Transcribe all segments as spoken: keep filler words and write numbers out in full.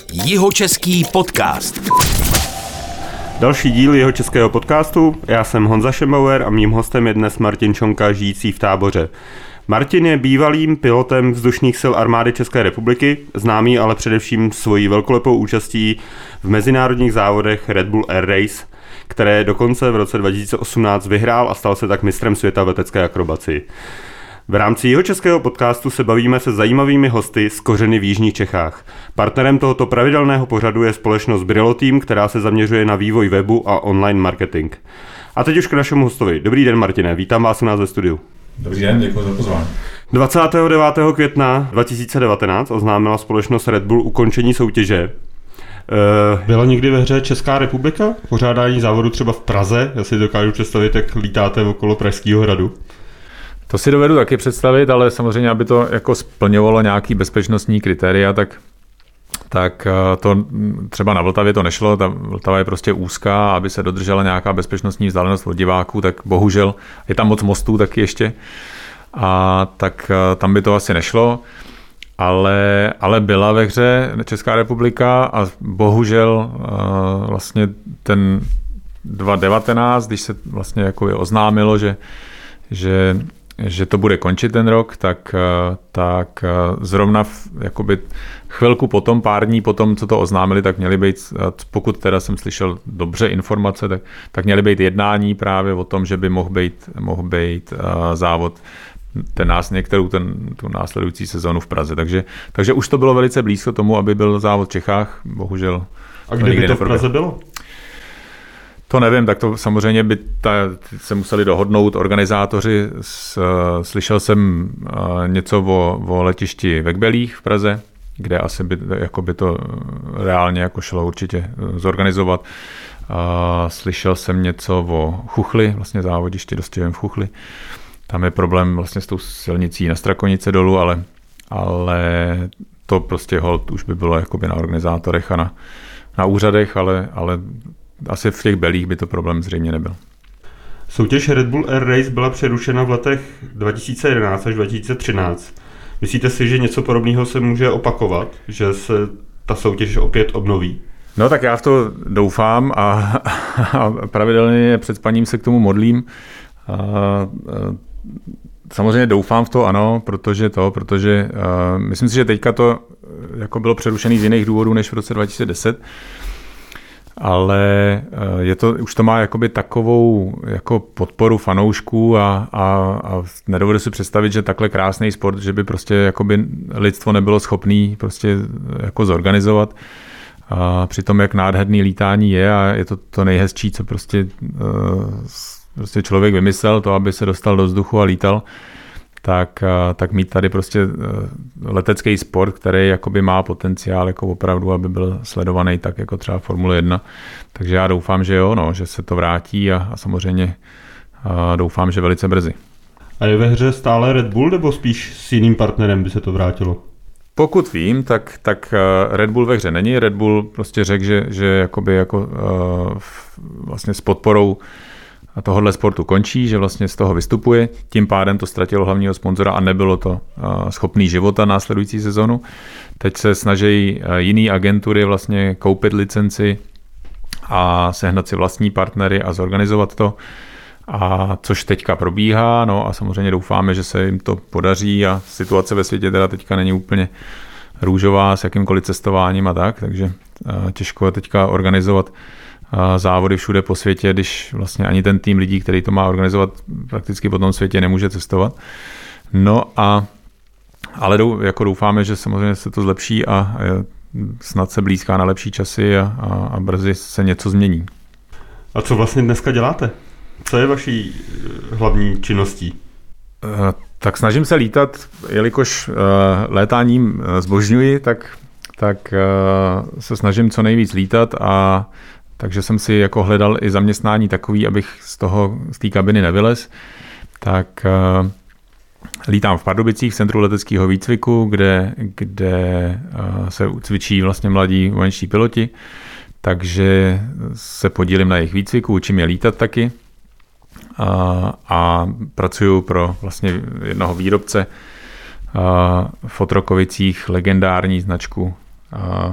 Jihočeský podcast. Další díl Jihočeského podcastu. Já jsem Honza Šembauer a mým hostem je dnes Martin Čonka, žijící v Táboře. Martin je bývalým pilotem vzdušných sil armády České republiky, známý ale především svojí velkolepou účastí v mezinárodních závodech Red Bull Air Race, které dokonce v roce dva tisíce osmnáct vyhrál a stal se tak mistrem světa v letecké akrobaci. V rámci Jihočeského podcastu se bavíme se zajímavými hosty z kořeny v jižních Čechách. Partnerem tohoto pravidelného pořadu je společnost Brillo Team, která se zaměřuje na vývoj webu a online marketing. A teď už k našemu hostovi. Dobrý den, Martine, vítám vás u nás ve studiu. Dobrý den, děkuji za pozvání. dvacátého devátého května dva tisíce devatenáct oznámila společnost Red Bull ukončení soutěže. Byla někdy ve hře Česká republika? Pořádání závodu třeba v Praze? Já si dokážu představit, jak lítáte okolo Pražského hradu. To si dovedu taky představit, ale samozřejmě, aby to jako splňovalo nějaký bezpečnostní kritéria, tak, tak to třeba na Vltavě to nešlo. Ta Vltava je prostě úzká, aby se dodržela nějaká bezpečnostní vzdálenost od diváků, tak bohužel je tam moc mostů taky ještě. A tak tam by to asi nešlo. Ale, ale byla ve hře Česká republika a bohužel vlastně ten dva tisíce devatenáct, když se vlastně jako oznámilo, že, že, že to bude končit ten rok, tak, tak zrovna v, jakoby chvilku potom, pár dní potom, co to oznámili, tak měly být, pokud teda jsem slyšel dobře informace, tak, tak měly být jednání právě o tom, že by mohl být, mohl být závod ten nás, některou ten, tu následující sezonu v Praze. Takže, takže už to bylo velice blízko tomu, aby byl závod v Čechách. Bohužel. A kde by to v Praze bylo? To nevím, tak to samozřejmě by ta, se museli dohodnout organizátoři. S, slyšel jsem něco o, o letišti ve Kbelích v Praze, kde asi by, jako by to reálně jako šlo určitě zorganizovat. Slyšel jsem něco o Chuchli, vlastně závodiště Dostěvem v Chuchli. Tam je problém vlastně s tou silnicí na Strakonice dolů, ale, ale to prostě hold už by bylo jakoby na organizátorech a na, na úřadech, ale, ale asi v těch Belích by to problém zřejmě nebyl. Soutěž Red Bull Air Race byla přerušena v letech dva tisíce jedenáct až dva tisíce třináct. Myslíte si, že něco podobného se může opakovat, že se ta soutěž opět obnoví? No tak já v to doufám a, a pravidelně před spaním se k tomu modlím. A, a, Samozřejmě doufám v to, ano, protože to, protože uh, myslím si, že teďka to jako bylo přerušené z jiných důvodů než v roce dva tisíce deset, ale uh, je to, už to má jakoby takovou jako podporu fanoušků a, a, a nedovedu si představit, že takhle krásný sport, že by prostě jakoby lidstvo nebylo schopný prostě jako zorganizovat. A přitom jak nádherný lítání je a je to to nejhezčí, co prostě uh, prostě člověk vymyslel, to, aby se dostal do vzduchu a lítal, tak, tak mít tady prostě letecký sport, který jakoby má potenciál jako opravdu, aby byl sledovaný tak jako třeba Formule jedna. Takže já doufám, že jo, no, že se to vrátí a, a samozřejmě a doufám, že velice brzy. A je ve hře stále Red Bull, nebo spíš s jiným partnerem by se to vrátilo? Pokud vím, tak, tak Red Bull ve hře není. Red Bull prostě řekl, že, že jakoby jako uh, vlastně s podporou a tohohle sportu končí, že vlastně z toho vystupuje. Tím pádem to ztratilo hlavního sponzora a nebylo to schopný života následující sezonu. Teď se snaží jiný agentury vlastně koupit licenci a sehnat si vlastní partnery a zorganizovat to. A což teďka probíhá, no a samozřejmě doufáme, že se jim to podaří a situace ve světě teda teďka není úplně růžová s jakýmkoliv cestováním a tak, takže těžko teďka organizovat závody všude po světě, když vlastně ani ten tým lidí, který to má organizovat prakticky po tom světě, nemůže cestovat. No a ale dou, jako doufáme, že samozřejmě se to zlepší a snad se blízká na lepší časy a, a, a brzy se něco změní. A co vlastně dneska děláte? Co je vaší hlavní činností? Tak snažím se lítat, jelikož létáním zbožňuji, tak, tak se snažím co nejvíc lítat a takže jsem si jako hledal i zaměstnání takový, abych z toho, z té kabiny nevylez. Tak uh, lítám v Pardubicích v centru leteckého výcviku, kde, kde uh, se cvičí vlastně mladí vojenští piloti, takže se podílím na jejich výcviku, učím je lítat taky uh, a pracuju pro vlastně jednoho výrobce uh, v Otrokovicích, legendární značku uh,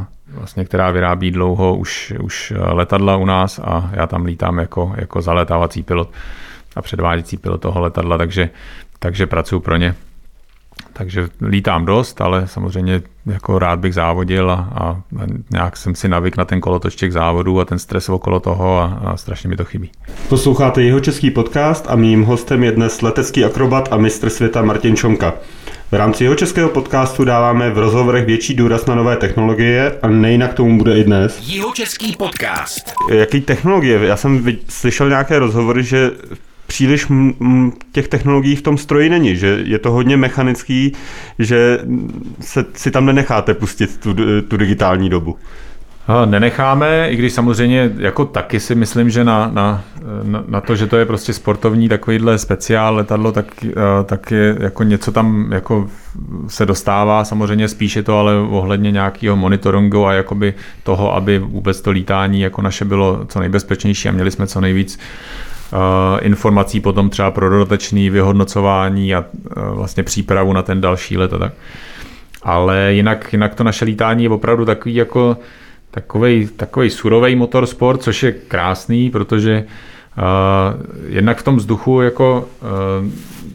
vlastně, která vyrábí dlouho už, už letadla u nás a já tam lítám jako, jako zalétávací pilot a předváděcí pilot toho letadla, takže, takže pracuji pro ně. Takže lítám dost, ale samozřejmě jako rád bych závodil a, a nějak jsem si navyk na ten kolotoč těch závodů a ten stres okolo toho a, a strašně mi to chybí. Posloucháte Jihočeský podcast a mým hostem je dnes letecký akrobat a mistr světa Martin Čonka. V rámci Jihočeského podcastu dáváme v rozhovorech větší důraz na nové technologie a nejinak tomu bude i dnes. Jihočeský podcast. Jaký technologie? Já jsem slyšel nějaké rozhovory, že příliš m- těch technologií v tom stroji není, že je to hodně mechanický, že se, si tam nenecháte pustit tu, tu digitální dobu. Nenecháme, i když samozřejmě jako taky si myslím, že na, na, na to, že to je prostě sportovní takovýhle speciál letadlo, tak, tak je jako něco tam jako se dostává, samozřejmě spíše to ale ohledně nějakého monitoringu a jakoby toho, aby vůbec to lítání jako naše bylo co nejbezpečnější a měli jsme co nejvíc informací potom třeba pro dodatečné vyhodnocování a vlastně přípravu na ten další let a tak. Ale jinak, jinak to naše lítání je opravdu takový jako takovej, takovej surovej motorsport, což je krásný, protože uh, jednak v tom vzduchu jako uh,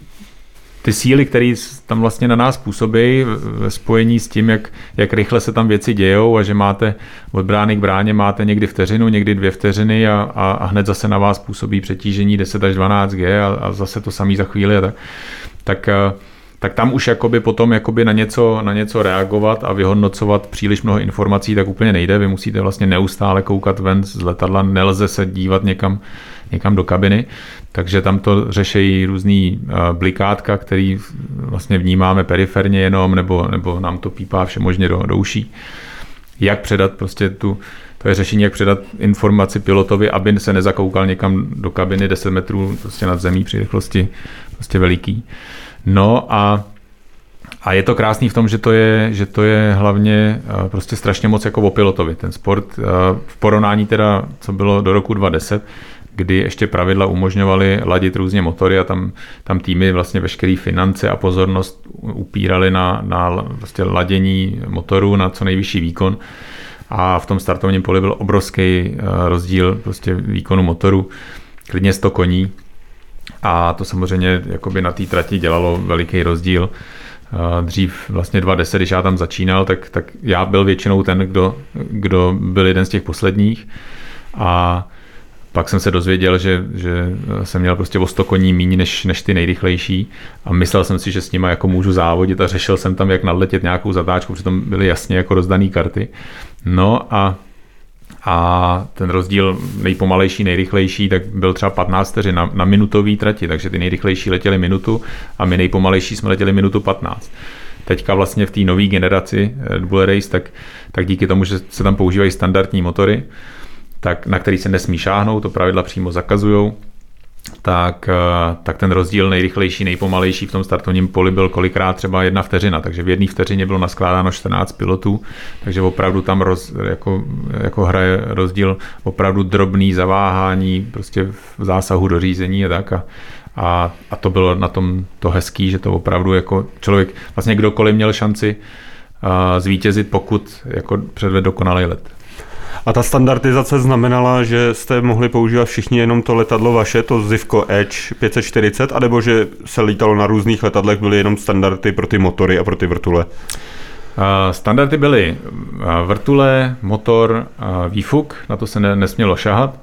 ty síly, které tam vlastně na nás působí ve spojení s tím, jak, jak rychle se tam věci dějou a že máte od brány k bráně máte někdy vteřinu, někdy dvě vteřiny a, a, a hned zase na vás působí přetížení deset až dvanáct gé a, a zase to samý za chvíli a tak, tak, tak tam už jakoby potom jakoby na, něco, na něco reagovat a vyhodnocovat příliš mnoho informací, tak úplně nejde. Vy musíte vlastně neustále koukat ven z letadla, nelze se dívat někam, někam do kabiny. Takže tam to řeší různý blikátka, který vlastně vnímáme periferně jenom, nebo, nebo nám to pípá všemožně do, do uší. Jak předat prostě tu, to je řešení, jak předat informaci pilotovi, aby se nezakoukal někam do kabiny deset metrů prostě nad zemí při rychlosti prostě veliký. No a, a je to krásný v tom, že to je, že to je hlavně prostě strašně moc jako o pilotovi. Ten sport v porovnání teda, co bylo do roku dva tisíce deset, kdy ještě pravidla umožňovaly ladit různě motory a tam, tam týmy vlastně veškeré finance a pozornost upírali na, na vlastně ladění motorů na co nejvyšší výkon. A v tom startovním poli byl obrovský rozdíl prostě výkonu motoru, klidně sto koní. A to samozřejmě jakoby na té trati dělalo veliký rozdíl. Dřív vlastně dva tisíce deset, když já tam začínal, tak, tak já byl většinou ten, kdo, kdo byl jeden z těch posledních. A pak jsem se dozvěděl, že, že jsem měl prostě o sto koní míň než, než ty nejrychlejší a myslel jsem si, že s nima jako můžu závodit a řešil jsem tam, jak nadletět nějakou zatáčku, přitom byly jasně jako rozdaný karty. No a, a ten rozdíl nejpomalejší, nejrychlejší, tak byl třeba patnáct vteřin na, na minutový trati, takže ty nejrychlejší letěli minutu a my nejpomalejší jsme letěli minutu patnáct. Teďka vlastně v té nové generaci Red Bull Race, tak, tak díky tomu, že se tam používají standardní motory, tak, na který se nesmí šáhnout, to pravidla přímo zakazujou, tak, tak ten rozdíl nejrychlejší, nejpomalejší v tom startovním poli byl kolikrát třeba jedna vteřina, takže v jedné vteřině bylo naskládáno čtrnáct pilotů, takže opravdu tam roz, jako, jako hraje rozdíl opravdu drobný zaváhání prostě v zásahu do řízení a tak a, a, a to bylo na tom to hezký, že to opravdu jako člověk, vlastně kdokoliv měl šanci uh, zvítězit, pokud jako předvedl dokonalý let. A ta standardizace znamenala, že jste mohli používat všichni jenom to letadlo vaše, to Zivco Edge pět set čtyřicet, anebo že se lítalo na různých letadlech, byly jenom standardy pro ty motory a pro ty vrtule? Standardy byly vrtule, motor, výfuk, na to se ne, nesmělo šahat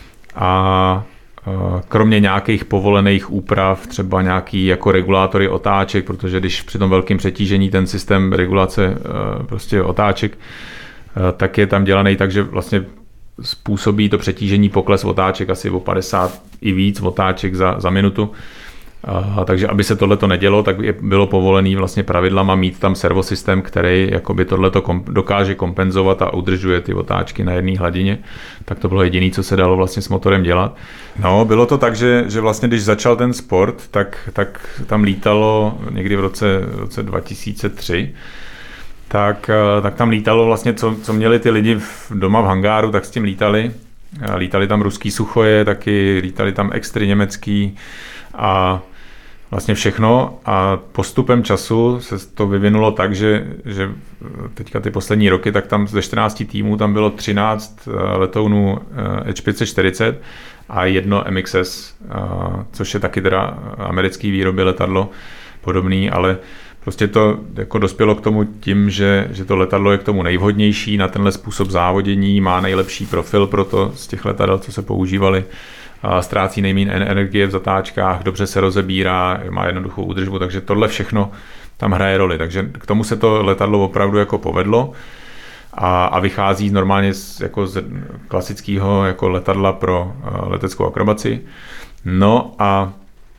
a kromě nějakých povolených úprav, třeba nějaký jako regulátory otáček, protože když při tom velkém přetížení ten systém regulace prostě otáček, tak je tam dělaný tak, že vlastně způsobí to přetížení pokles otáček asi o padesát i víc otáček za, za minutu. A, takže aby se tohleto nedělo, tak je, bylo povolený vlastně pravidlama mít tam servosystém, který jakoby tohleto kom, dokáže kompenzovat a udržuje ty otáčky na jedné hladině. Tak to bylo jediné, co se dalo vlastně s motorem dělat. No, bylo to tak, že, že vlastně když začal ten sport, tak, tak tam lítalo někdy v roce, v roce dva tisíce tři, Tak, tak tam lítalo vlastně, co, co měli ty lidi v, doma v hangáru, tak s tím lítali. Lítali tam ruský suchoje, taky lítali tam extry německý a Vlastně všechno a postupem času se to vyvinulo tak, že, že teďka ty poslední roky, tak tam ze čtrnácti týmů tam bylo třináct letounů Edge pět set čtyřicet a jedno M X S, což je taky teda americký výroby letadlo podobný, ale prostě to jako dospělo k tomu tím, že, že to letadlo je k tomu nejvhodnější na tenhle způsob závodění, má nejlepší profil pro to z těch letadel, co se používaly. Ztrácí nejméně energie v zatáčkách, dobře se rozebírá, má jednoduchou údržbu, takže tohle všechno tam hraje roli. Takže k tomu se to letadlo opravdu jako povedlo a, a vychází normálně z, jako z klasického jako letadla pro leteckou akrobaci. No a,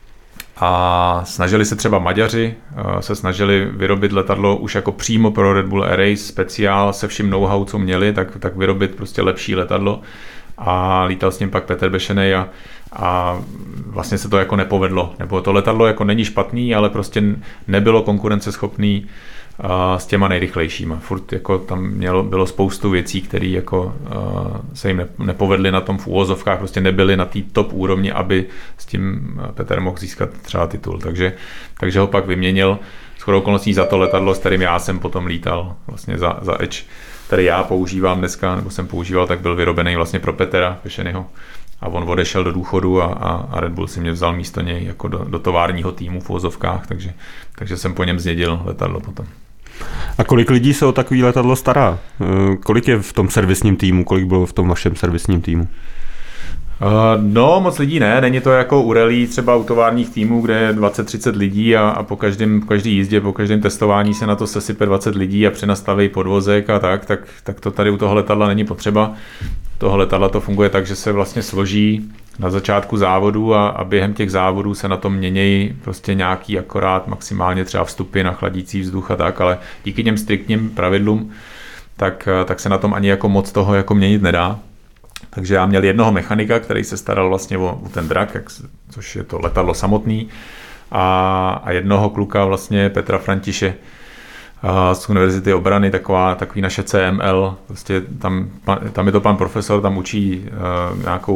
a snažili se třeba Maďaři, se snažili vyrobit letadlo už jako přímo pro Red Bull Air Race speciál se vším know-how, co měli, tak, tak vyrobit prostě lepší letadlo. A lítal s ním pak Petr Bešenej a, a vlastně se to jako nepovedlo. Nebo to letadlo jako není špatný, ale prostě nebylo konkurenceschopný a, s těma nejrychlejšíma. Furt jako tam mělo, bylo spoustu věcí, které jako a, se jim nepovedly na tom v úvozovkách, prostě nebyly na té top úrovni, aby s tím Petr mohl získat třeba titul. Takže, takže ho pak vyměnil shodou okolností za to letadlo, s kterým já jsem potom lítal vlastně za, za Edge, který já používám dneska, nebo jsem používal, tak byl vyrobený vlastně pro Petra Bešenyho. A on odešel do důchodu a, a, a Red Bull si mě vzal místo něj jako do, do továrního týmu v vozovkách, takže, takže jsem po něm zdědil letadlo potom. A kolik lidí se o takový letadlo stará? Kolik je v tom servisním týmu, kolik bylo v tom vašem servisním týmu? Uh, no, moc lidí ne, není to jako u rally třeba u továrních týmů, kde je dvacet třicet lidí a, a po, každém, po každý jízdě, po každém testování se na to sesype dvacet lidí a přenastaví podvozek a tak, tak, tak to tady u toho letadla není potřeba. Toho letadla to funguje tak, že se vlastně složí na začátku závodu a, a během těch závodů se na tom měnějí prostě nějaký akorát maximálně třeba vstupy na chladící vzduch a tak, ale díky těm striktním pravidlům tak, tak se na tom ani jako moc toho jako měnit nedá. Takže já měl jednoho mechanika, který se staral vlastně o, o ten drak, což je to letadlo samotný, a, a jednoho kluka vlastně Petra Františe a z Univerzity obrany, taková, takový naše C M L, prostě tam, tam je to pan profesor, tam učí uh, nějakou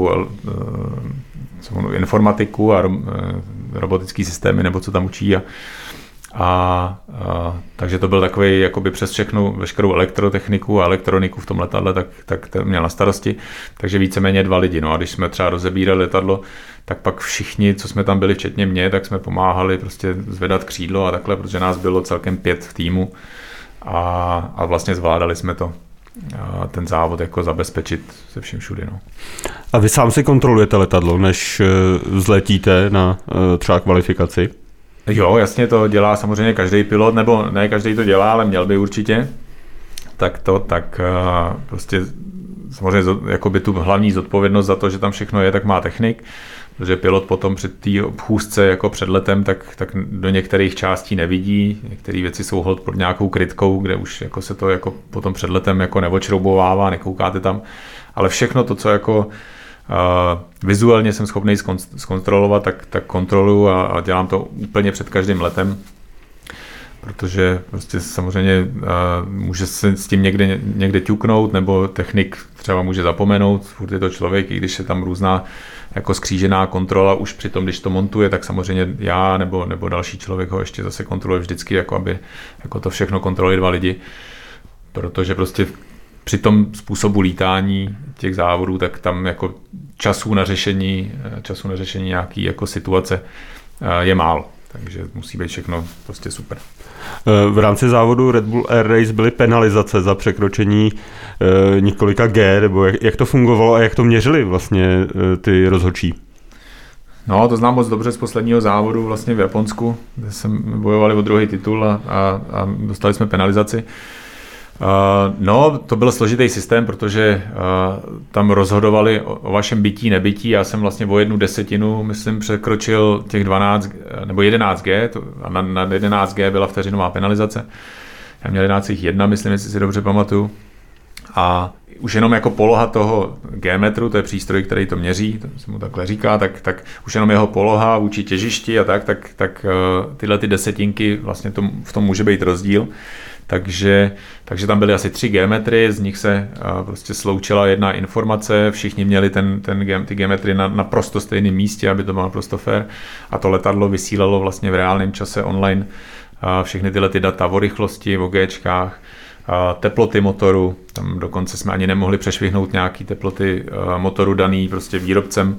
uh, informatiku a ro, uh, robotický systémy, nebo co tam učí a A, a takže to byl takový jakoby přes všechnu veškerou elektrotechniku a elektroniku v tom letadle, tak, tak to měl na starosti, takže víceméně dva lidi. No a když jsme třeba rozebírali letadlo, tak pak všichni, co jsme tam byli, včetně mě, tak jsme pomáhali prostě zvedat křídlo a takhle, protože nás bylo celkem pět v týmu a, a vlastně zvládali jsme to. A ten závod jako zabezpečit se vším všudy. No. A vy sám si kontrolujete letadlo, než vzletíte na třeba kvalifikaci? Jo, jasně, to dělá samozřejmě každý pilot, nebo ne každý to dělá, ale měl by určitě. Tak to, tak uh, prostě samozřejmě jakoby tu hlavní zodpovědnost za to, že tam všechno je, tak má technik, protože pilot potom před té obchůzce jako před letem, tak, tak do některých částí nevidí, některé věci jsou hold pod nějakou krytkou, kde už jako se to jako potom před letem jako neočroubovává, nekoukáte tam, ale všechno to, co jako Uh, vizuálně jsem schopný zkontrolovat, tak, tak kontroluji a, a dělám to úplně před každým letem, protože prostě samozřejmě uh, může se s tím někde, někde ťuknout, nebo technik třeba může zapomenout, furt je to člověk, i když je tam různá jako skřížená kontrola, už při tom, když to montuje, tak samozřejmě já nebo, nebo další člověk ho ještě zase kontroluje vždycky, jako aby jako to všechno kontrolují dva lidi, protože prostě při tom způsobu lítání těch závodů, tak tam jako času na řešení, času na řešení nějaký jako situace je málo. Takže musí být všechno prostě super. V rámci závodu Red Bull Air Race byly penalizace za překročení několika G, nebo jak, jak to fungovalo a jak to měřili vlastně ty rozhodčí? No, to znám moc dobře z posledního závodu vlastně v Japonsku, kde jsme bojovali o druhý titul a, a, a dostali jsme penalizaci. Uh, no, to byl složitý systém, protože uh, tam rozhodovali o, o vašem bytí, nebytí. Já jsem vlastně o jednu desetinu, myslím, překročil těch dvanáct nebo jedenáct G to, a na, na jedenáct G byla vteřinová penalizace. Já měl jedenáct celá jedna, myslím, jestli si dobře pamatuju. A už jenom jako poloha toho G-metru, to je přístroj, který to měří, to se mu takhle říká, tak, tak už jenom jeho poloha vůči těžišti a tak, tak, tak uh, tyhle ty desetinky, vlastně to, v tom může být rozdíl. takže, takže tam byly asi tři geometry, z nich se prostě sloučila jedna informace, všichni měli ten, ten, ty geometry na naprosto stejném místě, aby to bylo naprosto fair, a to letadlo vysílalo vlastně v reálném čase online všechny tyhle ty data o rychlosti, o Gčkách, teploty motoru, tam dokonce jsme ani nemohli přešvihnout nějaký teploty motoru daný prostě výrobcem,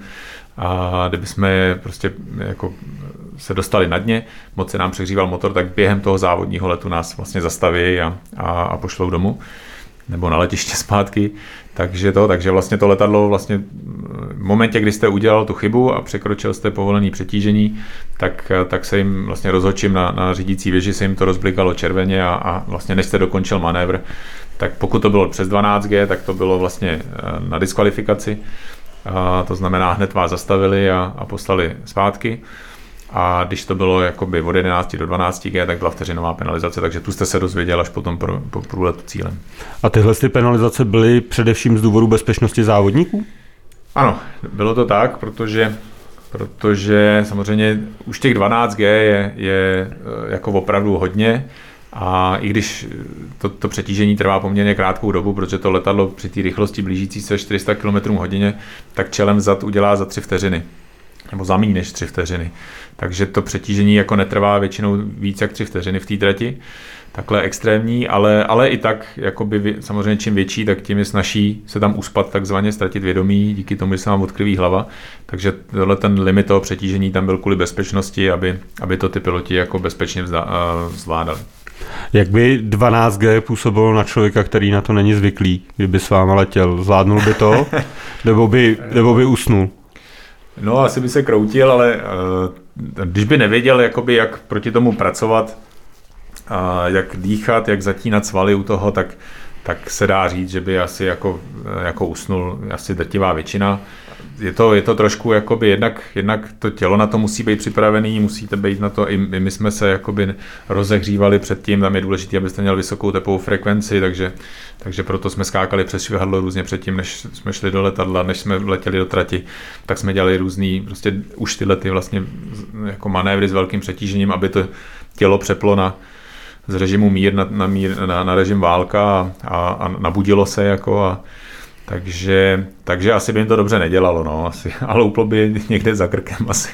a kdyby jsme prostě jako se dostali na dně, moc se nám přehříval motor, tak během toho závodního letu nás vlastně zastaví a, a, a pošlou domů nebo na letiště zpátky. Takže to, takže vlastně to letadlo vlastně v momentě, kdy jste udělal tu chybu a překročil jste povolený přetížení, tak, tak se jim vlastně rozhodčím na, na řídící věži se jim to rozblikalo červeně a, a vlastně než jste dokončil manévr, tak pokud to bylo přes dvanáct gé, tak to bylo vlastně na diskvalifikaci. A to znamená, hned vás zastavili a, a poslali zpátky. A když to bylo jakoby od jedenáct do dvanáct gé, tak byla vteřinová penalizace, takže tu jste se dozvěděl až potom pro, po průletu cílem. A tyhle ty penalizace byly především z důvodu bezpečnosti závodníků? Ano, bylo to tak, protože, protože samozřejmě už těch dvanáct gé je, je jako opravdu hodně. A i když to, to přetížení trvá poměrně krátkou dobu, protože to letadlo při té rychlosti blížící se čtyři sta kilometrů hodině, tak čelem vzad udělá za tři vteřiny. Nebo za méně než tři vteřiny. Takže to přetížení jako netrvá většinou víc jak tři vteřiny v té trati. Takhle extrémní, ale, ale i tak, jakoby, samozřejmě čím větší, tak tím je snazší se tam uspat, takzvaně ztratit vědomí, díky tomu, že se vám odkryví hlava. Takže tohle ten limit toho přetížení tam byl kvůli bezpečnosti, aby, aby to ty piloti jako bezpečně vzda, uh, zvládali. Jak by dvanáct gé působilo na člověka, který na to není zvyklý, kdyby s váma letěl? Zvládnul by to? nebo, by, nebo by usnul? No, asi by se kroutil, ale uh, když by nevěděl, jakoby, jak proti tomu pracovat, uh, jak dýchat, jak zatínat svaly u toho, tak, tak se dá říct, že by asi jako, jako usnul asi drtivá většina. Je to, je to trošku, jakoby, jednak, jednak to tělo na to musí být připravený, musíte být na to, i, i my jsme se jakoby rozehřívali předtím, tam je důležité, abyste měl vysokou tepovou frekvenci, takže, takže proto jsme skákali přes švihadlo různě předtím, než jsme šli do letadla, než jsme letěli do trati, tak jsme dělali různý, prostě už tyhle ty vlastně jako manévry s velkým přetížením, aby to tělo přeplo na z režimu mír na, na, mír, na, na režim válka a, a, a nabudilo se jako a Takže, takže asi by jim to dobře nedělalo, no, asi, ale uplo by někde za krkem asi.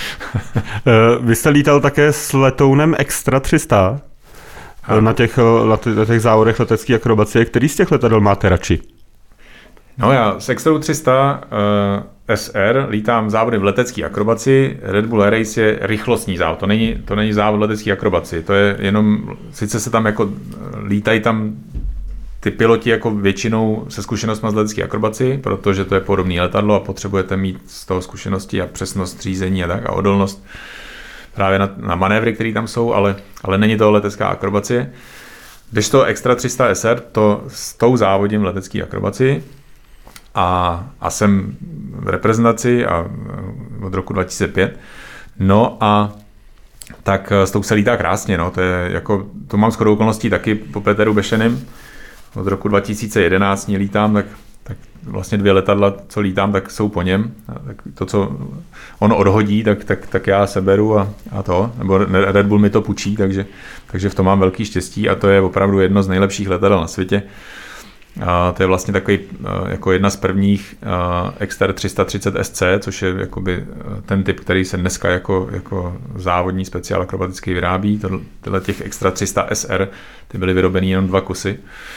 Vy jste lítal také s letounem Extra tři sta na těch, na těch závodech letecké akrobacie. Který z těch letadel máte radši? No já s Extra tři sta uh, S R lítám závody v letecké akrobaci. Red Bull Air Race je rychlostní závod, to není, to není závod letecké akrobaci, to je jenom, sice se tam jako lítají tam ty piloti jako většinou se zkušenostmi z letecké akrobaci, protože to je podobné letadlo a potřebujete mít z toho zkušenosti a přesnost řízení a tak a odolnost právě na, na manévry, které tam jsou, ale, ale není to letecká akrobacie. Když to Extra tři sta S R, to s tou závodím v letecké akrobaci a, a jsem v reprezentaci a od roku dva tisíce pět. No a tak s tou se lítá krásně, no, to je jako, to mám shodou okolností taky po Peteru Bešenem. Od roku dva tisíce jedenáct ní lítám, tak, tak vlastně dvě letadla, co lítám, tak jsou po něm. Tak to, co on odhodí, tak, tak, tak já seberu a, a to. Nebo Red Bull mi to půjčí, takže, takže v tom mám velký štěstí a to je opravdu jedno z nejlepších letadel na světě. A to je vlastně takový jako jedna z prvních Exter tři sta třicet S C, což je jakoby ten typ, který se dneska jako, jako závodní speciál akrobatický vyrábí. Tyhle těch Extra tři sta S R, ty byly vyrobeny jenom dva kusy.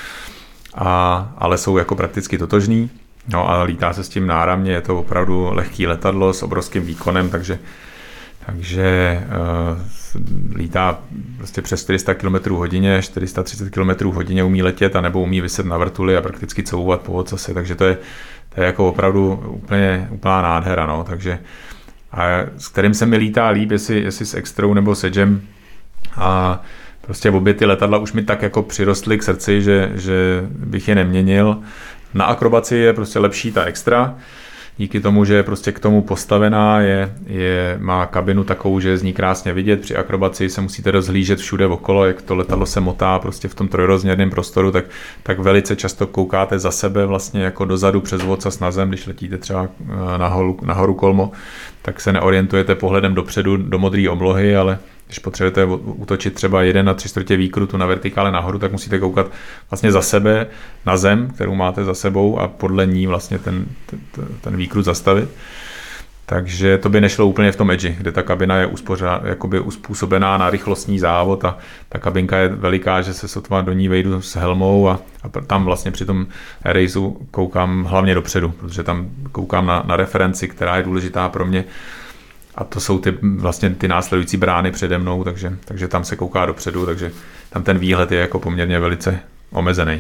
A, ale jsou jako prakticky totožný. No a lítá se s tím náramně, je to opravdu lehký letadlo s obrovským výkonem, takže, takže uh, lítá prostě přes čtyři sta kilometrů hodině, čtyři sta třicet kilometrů hodině umí letět a nebo umí vyset na vrtuli a prakticky couvat po ocase, takže to je, to je jako opravdu úplně, úplná nádhera, no, takže a s kterým se mi lítá líp, jestli, jestli s Extrou nebo s Edgem a prostě obě ty letadla už mi tak jako přirostly k srdci, že, že bych je neměnil. Na akrobaci je prostě lepší ta Extra, díky tomu, že je prostě k tomu postavená, je, je, má kabinu takovou, že je z ní krásně vidět. Při akrobaci se musíte rozhlížet všude okolo, jak to letadlo se motá prostě v tom trojrozměrném prostoru, tak, tak velice často koukáte za sebe vlastně jako dozadu přes ocas na zem, když letíte třeba nahoru, nahoru kolmo, tak se neorientujete pohledem dopředu do modré oblohy, ale, když potřebujete útočit třeba jeden na tři čtvrtě výkrutu na vertikále nahoru, tak musíte koukat vlastně za sebe na zem, kterou máte za sebou a podle ní vlastně ten, ten, ten výkrut zastavit. Takže to by nešlo úplně v tom edži, kde ta kabina je uspořád, jakoby uspůsobená na rychlostní závod a ta kabinka je veliká, že se sotva do ní vejdu s helmou a, a tam vlastně při tom raceu koukám hlavně dopředu, protože tam koukám na, na referenci, která je důležitá pro mě a to jsou ty, vlastně ty následující brány přede mnou, takže, takže tam se kouká dopředu, takže tam ten výhled je jako poměrně velice omezený.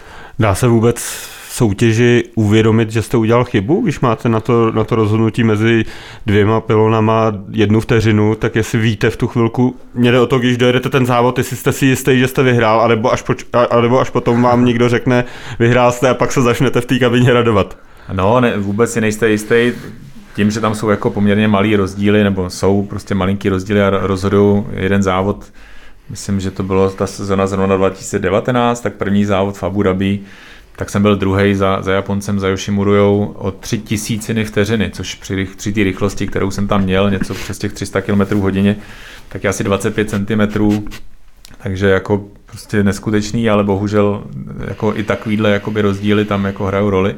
Dá se vůbec soutěži uvědomit, že jste udělal chybu, když máte na to, na to rozhodnutí mezi dvěma pilonama jednu vteřinu, tak jestli víte v tu chvilku, mě jde o to, když dojedete ten závod, jestli jste si jistý, že jste vyhrál, anebo až, poč, anebo až potom vám někdo řekne, vyhrál jste a pak se začnete v té kabině radovat. No, ne, vůbec si nejste jistý, tím, že tam jsou jako poměrně malý rozdíly, nebo jsou prostě malinký rozdíly a rozhodují jeden závod. Myslím, že to bylo ta sezona zrovna dva tisíce devatenáct, tak první závod v Abu Dhabi, tak jsem byl druhý za, za Japoncem, za Yoshimurou o tři tisíciny vteřiny, což při, při té rychlosti, kterou jsem tam měl, něco přes těch tři sta kilometrů hodině, tak je asi dvacet pět centimetrů, takže jako prostě neskutečný, ale bohužel jako i takovýhle jakoby rozdíly tam jako hrajou roli.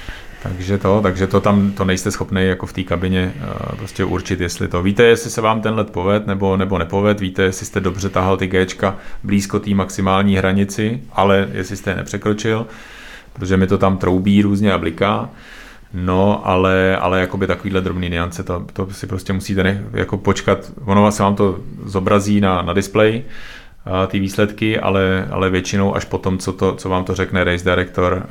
Takže to, takže to tam to nejste schopný jako v té kabině uh, prostě určit, jestli to. Víte, jestli se vám ten let poved nebo, nebo nepoved, víte, jestli jste dobře tahal ty Gčka blízko té maximální hranici, ale jestli jste je nepřekročil, protože mi to tam troubí různě a bliká. No, ale, ale jakoby takovýhle drobný niance, to, to si prostě musíte ne, jako počkat, ono se vám to zobrazí na, na displeji, ty výsledky, ale, ale většinou až potom, co, to, co vám to řekne race director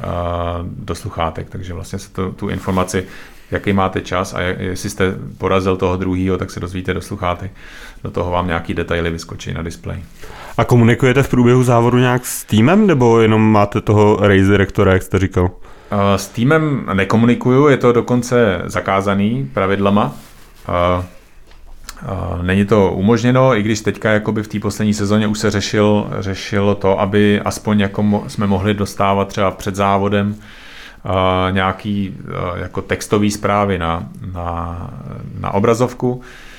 do sluchátek. Takže vlastně se to, tu informaci, jaký máte čas a jestli jste porazil toho druhýho, tak se dozvíte do sluchátek. Do toho vám nějaký detaily vyskočí na displeji. A komunikujete v průběhu závodu nějak s týmem, nebo jenom máte toho race directora, jak jste říkal? S týmem nekomunikuju, je to dokonce zakázaný pravidlama. Není to umožněno, i když teďka jakoby v té poslední sezóně už se řešil, řešilo to, aby aspoň jako mo, jsme mohli dostávat třeba před závodem uh, nějaký uh, jako textový zprávy na, na, na obrazovku.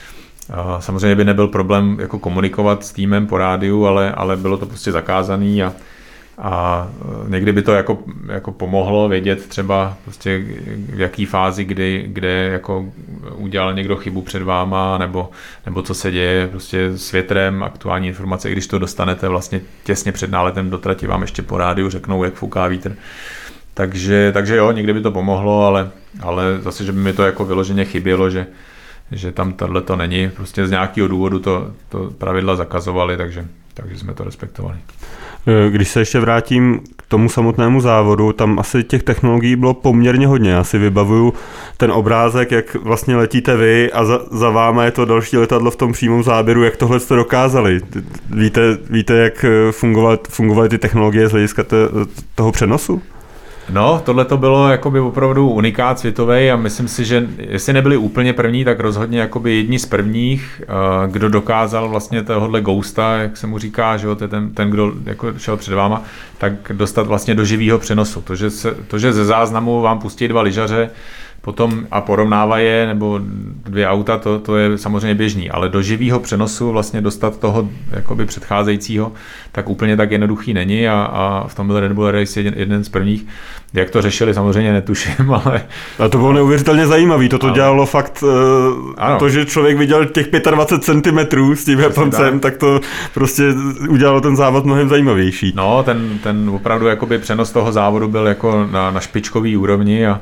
Uh, samozřejmě by nebyl problém jako komunikovat s týmem po rádiu, ale, ale bylo to prostě zakázaný a A někdy by to jako, jako pomohlo vědět třeba prostě v jaký fázi, kdy, kde jako udělal někdo chybu před váma, nebo, nebo co se děje prostě s větrem, aktuální informace, i když to dostanete vlastně těsně před náletem do trati, vám ještě po rádiu řeknou, jak fouká vítr. Takže, takže jo, někdy by to pomohlo, ale, ale zase, že by mi to jako vyloženě chybělo, že, že tam tohle to není. Prostě z nějakého důvodu to, to pravidla zakazovali, takže, takže jsme to respektovali. Když se ještě vrátím k tomu samotnému závodu, tam asi těch technologií bylo poměrně hodně. Já si vybavuju ten obrázek, jak vlastně letíte vy a za, za váma je to další letadlo v tom přímém záběru, jak tohle jste dokázali. Víte, víte jak fungovaly, fungovaly ty technologie z hlediska toho přenosu? No, tohle to bylo jakoby opravdu unikát světový a myslím si, že jestli nebyli úplně první, tak rozhodně jakoby jedni z prvních, kdo dokázal vlastně tohohle ghosta, jak se mu říká, že jo, ten, ten, kdo jako šel před váma, tak dostat vlastně do živého přenosu. To, že, se, to, že ze záznamu vám pustí dva lyžaře potom a porovnává je, nebo dvě auta, to, to je samozřejmě běžný, ale do živého přenosu vlastně dostat toho jakoby předcházejícího, tak úplně tak jednoduchý není a, a v tomhle Red Bull Race je jeden z prvních. Jak to řešili, samozřejmě netuším, ale... A to bylo neuvěřitelně zajímavý, toto ale... dělalo fakt uh, to, že člověk viděl těch dvacet pět centimetrů s tím Japoncem, tak to prostě udělalo ten závod mnohem zajímavější. No, ten, ten opravdu jakoby přenos toho závodu byl jako na, na špičkový úrovni a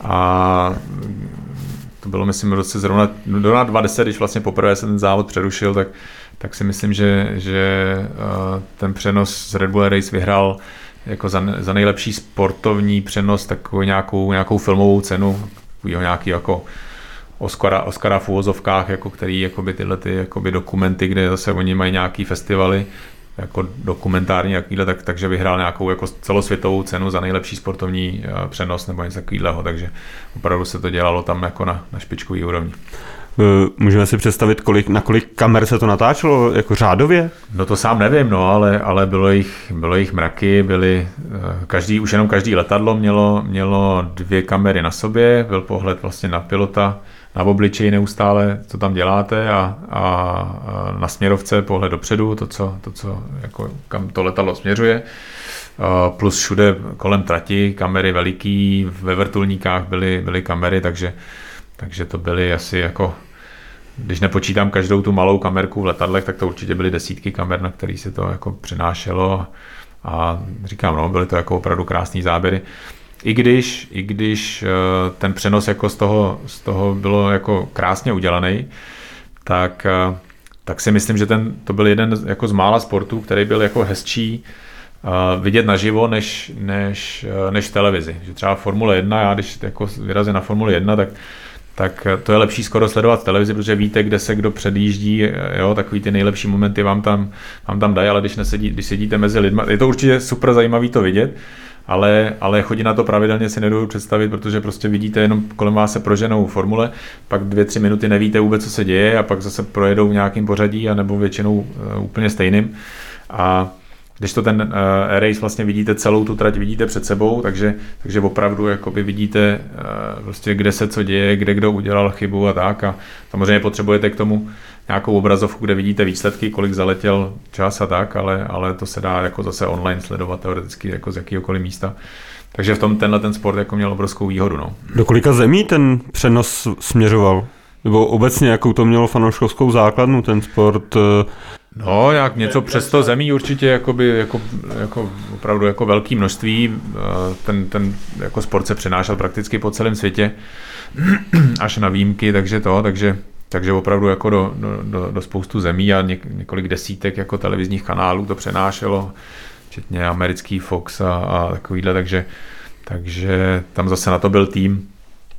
A to bylo, myslím, v roce zrovna do dva deset, když vlastně poprvé se ten závod přerušil, tak, tak si myslím, že, že ten přenos z Red Bull Race vyhrál jako za, za nejlepší sportovní přenos takovou nějakou, nějakou filmovou cenu, nějaký jako Oscara, Oscara v uvozovkách, jako který jakoby tyhle ty jakoby dokumenty, kde zase oni mají nějaký festivaly, jako dokumentární, jakýhle, tak, takže vyhrál nějakou jako celosvětovou cenu za nejlepší sportovní uh, přenos nebo něco takového, takže opravdu se to dělalo tam jako na, na špičkový úrovni. Můžeme si představit, kolik, na kolik kamer se to natáčelo, jako řádově? No to sám nevím, no, ale, ale bylo jich, bylo jich mraky, byly, každý, už jenom každý letadlo mělo, mělo dvě kamery na sobě, byl pohled vlastně na pilota, na obličeji neustále, co tam děláte a, a na směrovce pohled dopředu, to, co, to, co jako, kam to letadlo směřuje. Plus všude kolem trati, kamery veliký, ve vrtulníkách byly, byly kamery, takže, takže to byly asi jako, když nepočítám každou tu malou kamerku v letadlech, tak to určitě byly desítky kamer, na který se to jako přenášelo a říkám, no, byly to jako opravdu krásný záběry. I když, i když ten přenos jako z toho, z toho bylo jako krásně udělaný, tak, tak si myslím, že ten, to byl jeden jako z mála sportů, který byl jako hezčí Uh, vidět naživo než, než, uh, než v televizi. Že třeba Formule jedna, já když jako vyrazím na Formule jedna, tak, tak to je lepší skoro sledovat v televizi, protože víte, kde se kdo předjíždí, jo, takový ty nejlepší momenty vám tam, vám tam dají, ale když, nesedí, když sedíte mezi lidmi, je to určitě super zajímavý to vidět, ale, ale chodit na to pravidelně si nedovedu představit, protože prostě vidíte jenom kolem vás se proženou formule, pak dvě, tři minuty nevíte vůbec, co se děje a pak zase projedou v nějakým pořadí, anebo většinou uh, úplně stejným. A když to ten uh, race vlastně vidíte celou tu trať, vidíte před sebou, takže, takže opravdu jakoby vidíte uh, prostě kde se co děje, kde kdo udělal chybu a tak a samozřejmě potřebujete k tomu nějakou obrazovku, kde vidíte výsledky, kolik zaletěl čas a tak, ale, ale to se dá jako zase online sledovat teoreticky jako z jakýhokoliv místa. Takže v tom tenhle ten sport jako měl obrovskou výhodu. No. Do kolika zemí ten přenos směřoval? Nebo obecně, jakou to mělo fanouškovskou základnu, ten sport? No, jak něco přes sto zemí určitě jakoby, jako, jako opravdu jako velké množství. Ten, ten jako sport se přenášel prakticky po celém světě, až na výjimky, takže to, takže, takže opravdu jako do, do, do spoustu zemí a něk, několik desítek jako televizních kanálů to přenášelo, včetně americký Fox a, a takovýhle, takže, takže tam zase na to byl tým.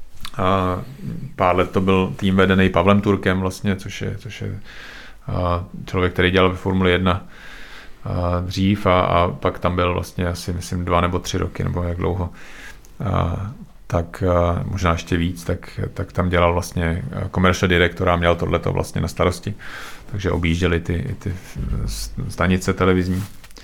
A pár let to byl tým vedený Pavlem Turkem vlastně, což je, což je člověk, který dělal ve Formuli jedna dřív a, a pak tam byl vlastně asi myslím dva nebo tři roky, nebo jak dlouho, a, tak a, možná ještě víc, tak, tak tam dělal vlastně commercial director a měl tohleto vlastně na starosti, takže objížděli ty, ty stanice televizní.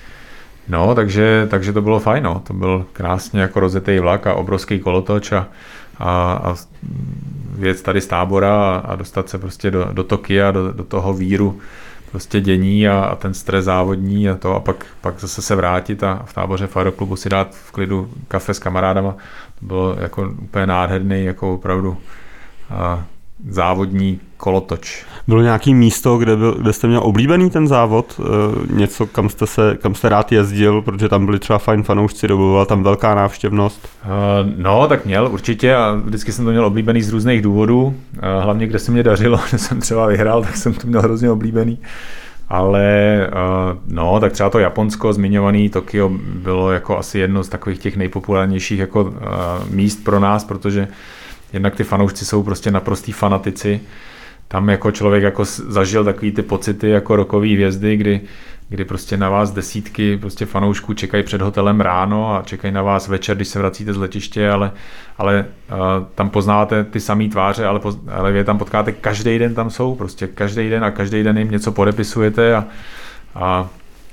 No, takže, takže to bylo fajn, no. To byl krásně jako rozjetý vlak a obrovský kolotoč a, a, a věc tady z Tábora a, a dostat se prostě do, do Tokia, do, do toho víru prostě dění a, a ten stres závodní a to a pak, pak zase se vrátit a v Táboře v aeroklubu si dát v klidu kafe s kamarádama. To bylo jako úplně nádherný, jako opravdu a, závodní kolotoč. Bylo nějaký místo, kde, byl, kde jste měl oblíbený ten závod? E, něco, kam jste, se, kam jste rád jezdil, protože tam byli třeba fajn fanoušci, byla tam velká návštěvnost? E, no, tak měl určitě a vždycky jsem to měl oblíbený z různých důvodů. E, hlavně, kde se mě dařilo, že jsem třeba vyhrál, tak jsem to měl hrozně oblíbený. Ale e, no, tak třeba to Japonsko, zmiňovaný Tokio, bylo jako asi jedno z takových těch nejpopulárnějších jako e, míst pro nás, protože jednak ty fanoušci jsou prostě naprostý fanatici. Tam jako člověk jako zažil takový ty pocity jako rockový hvězdy, kdy, kdy prostě na vás desítky prostě fanoušků čekají před hotelem ráno a čekají na vás večer, když se vracíte z letiště, ale, ale uh, tam poznáte ty samý tváře, ale, poz, ale vy je tam potkáte každý den, tam jsou prostě každý den a každý den jim něco podepisujete a, a,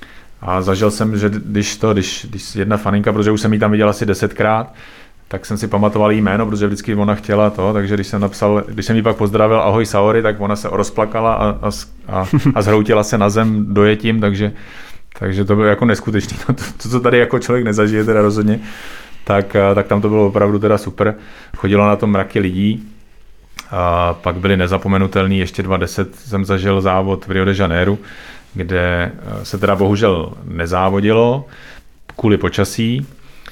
a zažil jsem, že když to, když, když jedna faninka, protože už jsem ji tam viděl asi desetkrát, tak jsem si pamatoval jí jméno, protože vždycky ona chtěla to, takže když jsem napsal, když jsem jí pak pozdravil ahoj Saori, tak ona se rozplakala a, a, a, a zhroutila se na zem dojetím, takže, takže to bylo jako neskutečné. To, to, co tady jako člověk nezažije teda rozhodně, tak, tak tam to bylo opravdu teda super. Chodilo na to mraky lidí, a pak byly nezapomenutelný, ještě dvacet deset jsem zažil závod v Rio de Janeiro, kde se teda bohužel nezávodilo kvůli počasí,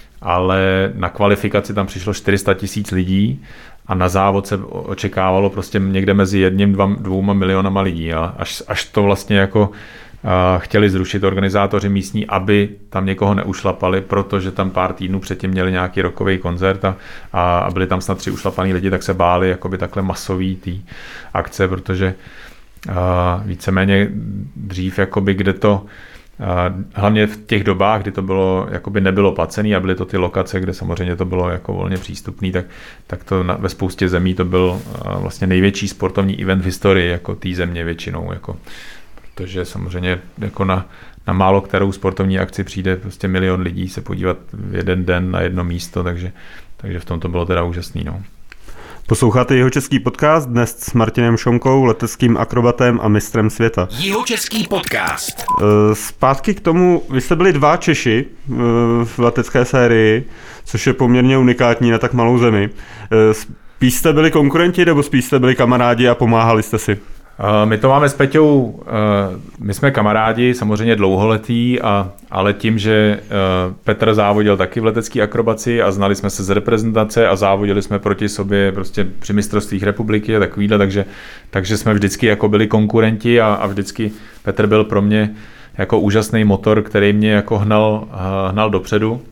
ale na kvalifikaci tam přišlo čtyři sta tisíc lidí a na závod se očekávalo prostě někde mezi jedním, dva, dvouma milionama lidí. A až, až to vlastně jako uh, chtěli zrušit organizátoři místní, aby tam někoho neušlapali, protože tam pár týdnů předtím měli nějaký rockový koncert a, a byli tam snad tři ušlapaný lidi, tak se báli jakoby takhle masový tý akce, protože uh, víceméně dřív jakoby kde to hlavně v těch dobách, kdy to bylo, jakoby nebylo placený a byly to ty lokace, kde samozřejmě to bylo jako volně přístupný, tak, tak to na, ve spoustě zemí to byl vlastně největší sportovní event v historii jako té země většinou, jako, protože samozřejmě jako na, na málo kterou sportovní akci přijde prostě milion lidí se podívat v jeden den na jedno místo, takže, takže v tom to bylo teda úžasný. No. Posloucháte Jihočeský podcast dnes s Martinem Šonkou, leteckým akrobatem a mistrem světa. Jihočeský podcast. Zpátky k tomu, vy jste byli dva Češi v letecké sérii, což je poměrně unikátní na tak malou zemi. Spíš jste byli konkurenti, nebo spíš jste byli kamarádi a pomáhali jste si? My to máme s Peťou, my jsme kamarádi, samozřejmě dlouholetí, a, ale tím, že Petr závodil taky v letecké akrobaci a znali jsme se z reprezentace a závodili jsme proti sobě prostě při mistrovstvích republiky a takovýhle, takže, takže jsme vždycky jako byli konkurenti a, a vždycky Petr byl pro mě jako úžasný motor, který mě jako hnal, hnal dopředu,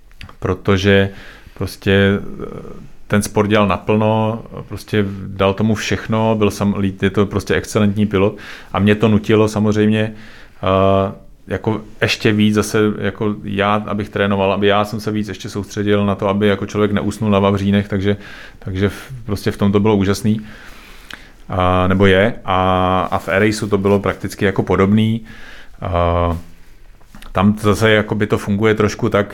protože prostě ten sport dělal naplno, prostě dal tomu všechno, byl sam, je to prostě excelentní pilot a mě to nutilo samozřejmě uh, jako ještě víc zase jako já, abych trénoval, aby já jsem se víc ještě soustředil na to, aby jako člověk neusnul na vavřínech, takže, takže v, prostě v tom to bylo úžasný. Uh, nebo je a, a v Airraceu to bylo prakticky jako podobný. Uh, tam zase jakoby to funguje trošku tak,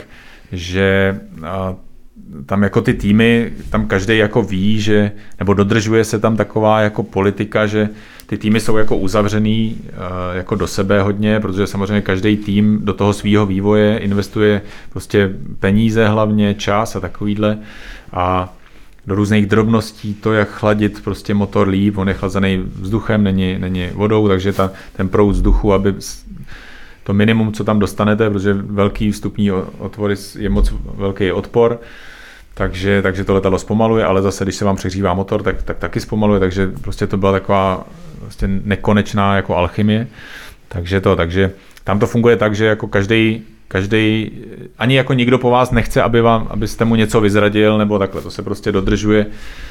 že uh, tam jako ty týmy, tam každý jako ví, že, nebo dodržuje se tam taková jako politika, že ty týmy jsou jako uzavřený jako do sebe hodně, protože samozřejmě každý tým do toho svýho vývoje investuje prostě peníze hlavně, čas a takovýhle a do různých drobností to, jak chladit prostě motor líp, on je chlazený vzduchem, není, není vodou, takže ta, ten proud vzduchu, aby to minimum, co tam dostanete, protože velký vstupní otvory je moc velký odpor, takže, takže to letadlo zpomaluje, ale zase, když se vám přehřívá motor, tak, tak taky zpomaluje, takže prostě to byla taková prostě nekonečná jako alchymie. Takže to, takže tam to funguje tak, že jako každý, každý, ani jako nikdo po vás nechce, aby vám, abyste mu něco vyzradil, nebo takhle, to se prostě dodržuje.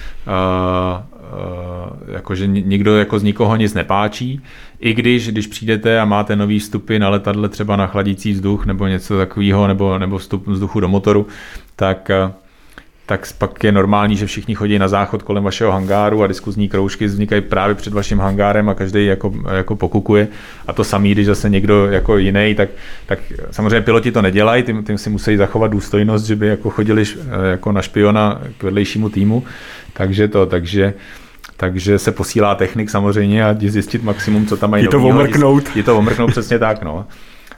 Uh, uh, jakože nikdo jako z nikoho nic nepáčí, i když, když přijdete a máte nový vstupy na letadle, třeba na chladící vzduch nebo něco takového, nebo, nebo vstup vzduchu do motoru, tak, tak pak je normální, že všichni chodí na záchod kolem vašeho hangáru a diskuzní kroužky vznikají právě před vaším hangárem a každý jako, jako pokukuje. A to samý, když zase někdo jako jiný, tak, tak samozřejmě piloti to nedělají, tím, tím si musí zachovat důstojnost, že by jako chodili jako na špiona k vedlejšímu týmu. Takže to, takže, takže se posílá technik samozřejmě a jde zjistit maximum, co tam mají. Je to omrknout. Je to omrknout, přesně tak, no.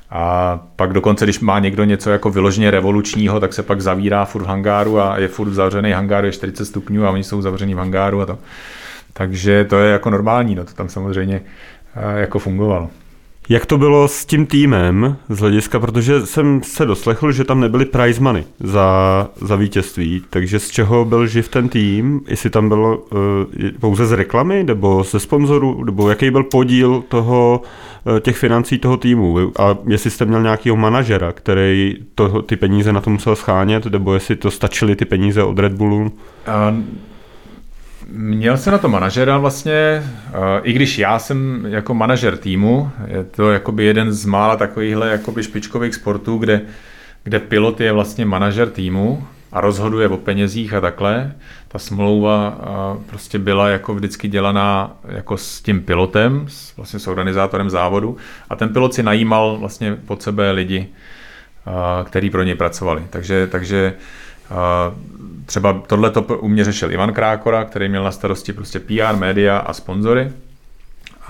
A pak dokonce, když má někdo něco jako vyloženě revolučního, tak se pak zavírá furt v hangáru a je furt zavřený hangár, je čtyřicet stupňů a oni jsou zavření v hangáru a to. Takže to je jako normální, no to tam samozřejmě jako fungovalo. Jak to bylo s tím týmem z hlediska, protože jsem se doslechl, že tam nebyly prize money za, za vítězství, takže z čeho byl živ ten tým, jestli tam bylo uh, pouze z reklamy, nebo ze sponzorů, nebo jaký byl podíl toho, uh, těch financí toho týmu a jestli jste měl nějakého manažera, který to, ty peníze na to musel schánět, nebo jestli to stačily ty peníze od Red Bullu? Um... Měl jsem na to manažera vlastně, i když já jsem jako manažer týmu, je to jakoby jeden z mála takovýchhle jakoby špičkových sportů, kde, kde pilot je vlastně manažer týmu a rozhoduje o penězích a takhle. Ta smlouva prostě byla jako vždycky dělaná jako s tím pilotem, s, vlastně s organizátorem závodu a ten pilot si najímal vlastně pod sebe lidi, kteří pro něj pracovali. Takže, takže třeba tohleto u mě řešil Ivan Krákora, který měl na starosti prostě P R, média a sponzory. A,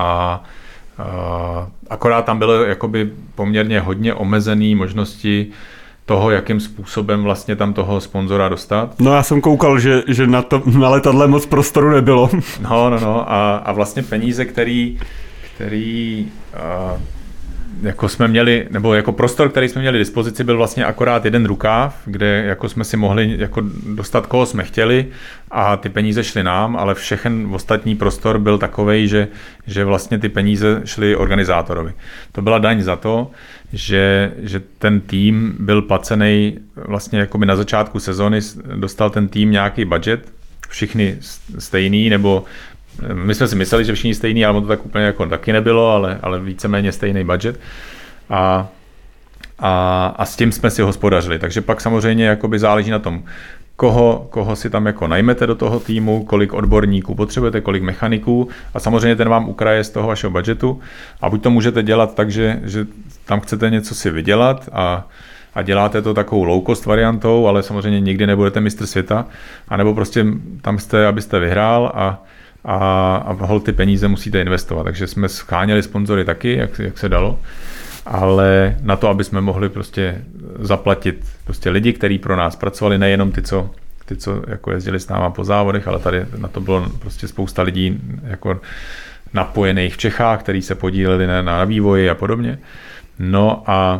a akorát tam bylo jakoby poměrně hodně omezený možnosti toho, jakým způsobem vlastně tam toho sponzora dostat. No já jsem koukal, že, že na, to, na letadle moc prostoru nebylo. No, no, no. A, a vlastně peníze, který, který a, jako jsme měli, nebo jako prostor, který jsme měli dispozici, byl vlastně akorát jeden rukáv, kde jako jsme si mohli jako dostat, koho jsme chtěli a ty peníze šly nám, ale všechen ostatní prostor byl takovej, že, že vlastně ty peníze šly organizátorovi. To byla daň za to, že, že ten tým byl placený vlastně jakoby na začátku sezony, dostal ten tým nějaký budget, všichni stejný, nebo my jsme si mysleli, že všichni stejný, ale to tak úplně jako taky nebylo, ale, ale víceméně stejný budget. A, a, a s tím jsme si hospodařili. Takže pak samozřejmě jakoby záleží na tom, koho, koho si tam jako najmete do toho týmu, kolik odborníků potřebujete, kolik mechaniků a samozřejmě ten vám ukraje z toho vašeho budgetu. A buď to můžete dělat tak, že, že tam chcete něco si vydělat a a děláte to takovou low cost variantou, ale samozřejmě nikdy nebudete mistr světa, anebo prostě tam jste, abyste vyhrál a, a, a hol ty peníze musíte investovat. Takže jsme scháněli sponzory taky, jak, jak se dalo, ale na to, aby jsme mohli prostě zaplatit prostě lidi, kteří pro nás pracovali, nejenom ty, co ty, co jako jezdili s náma po závodech, ale tady na to bylo prostě spousta lidí jako napojených v Čechách, kteří se podíleli na, na vývoji a podobně. No a,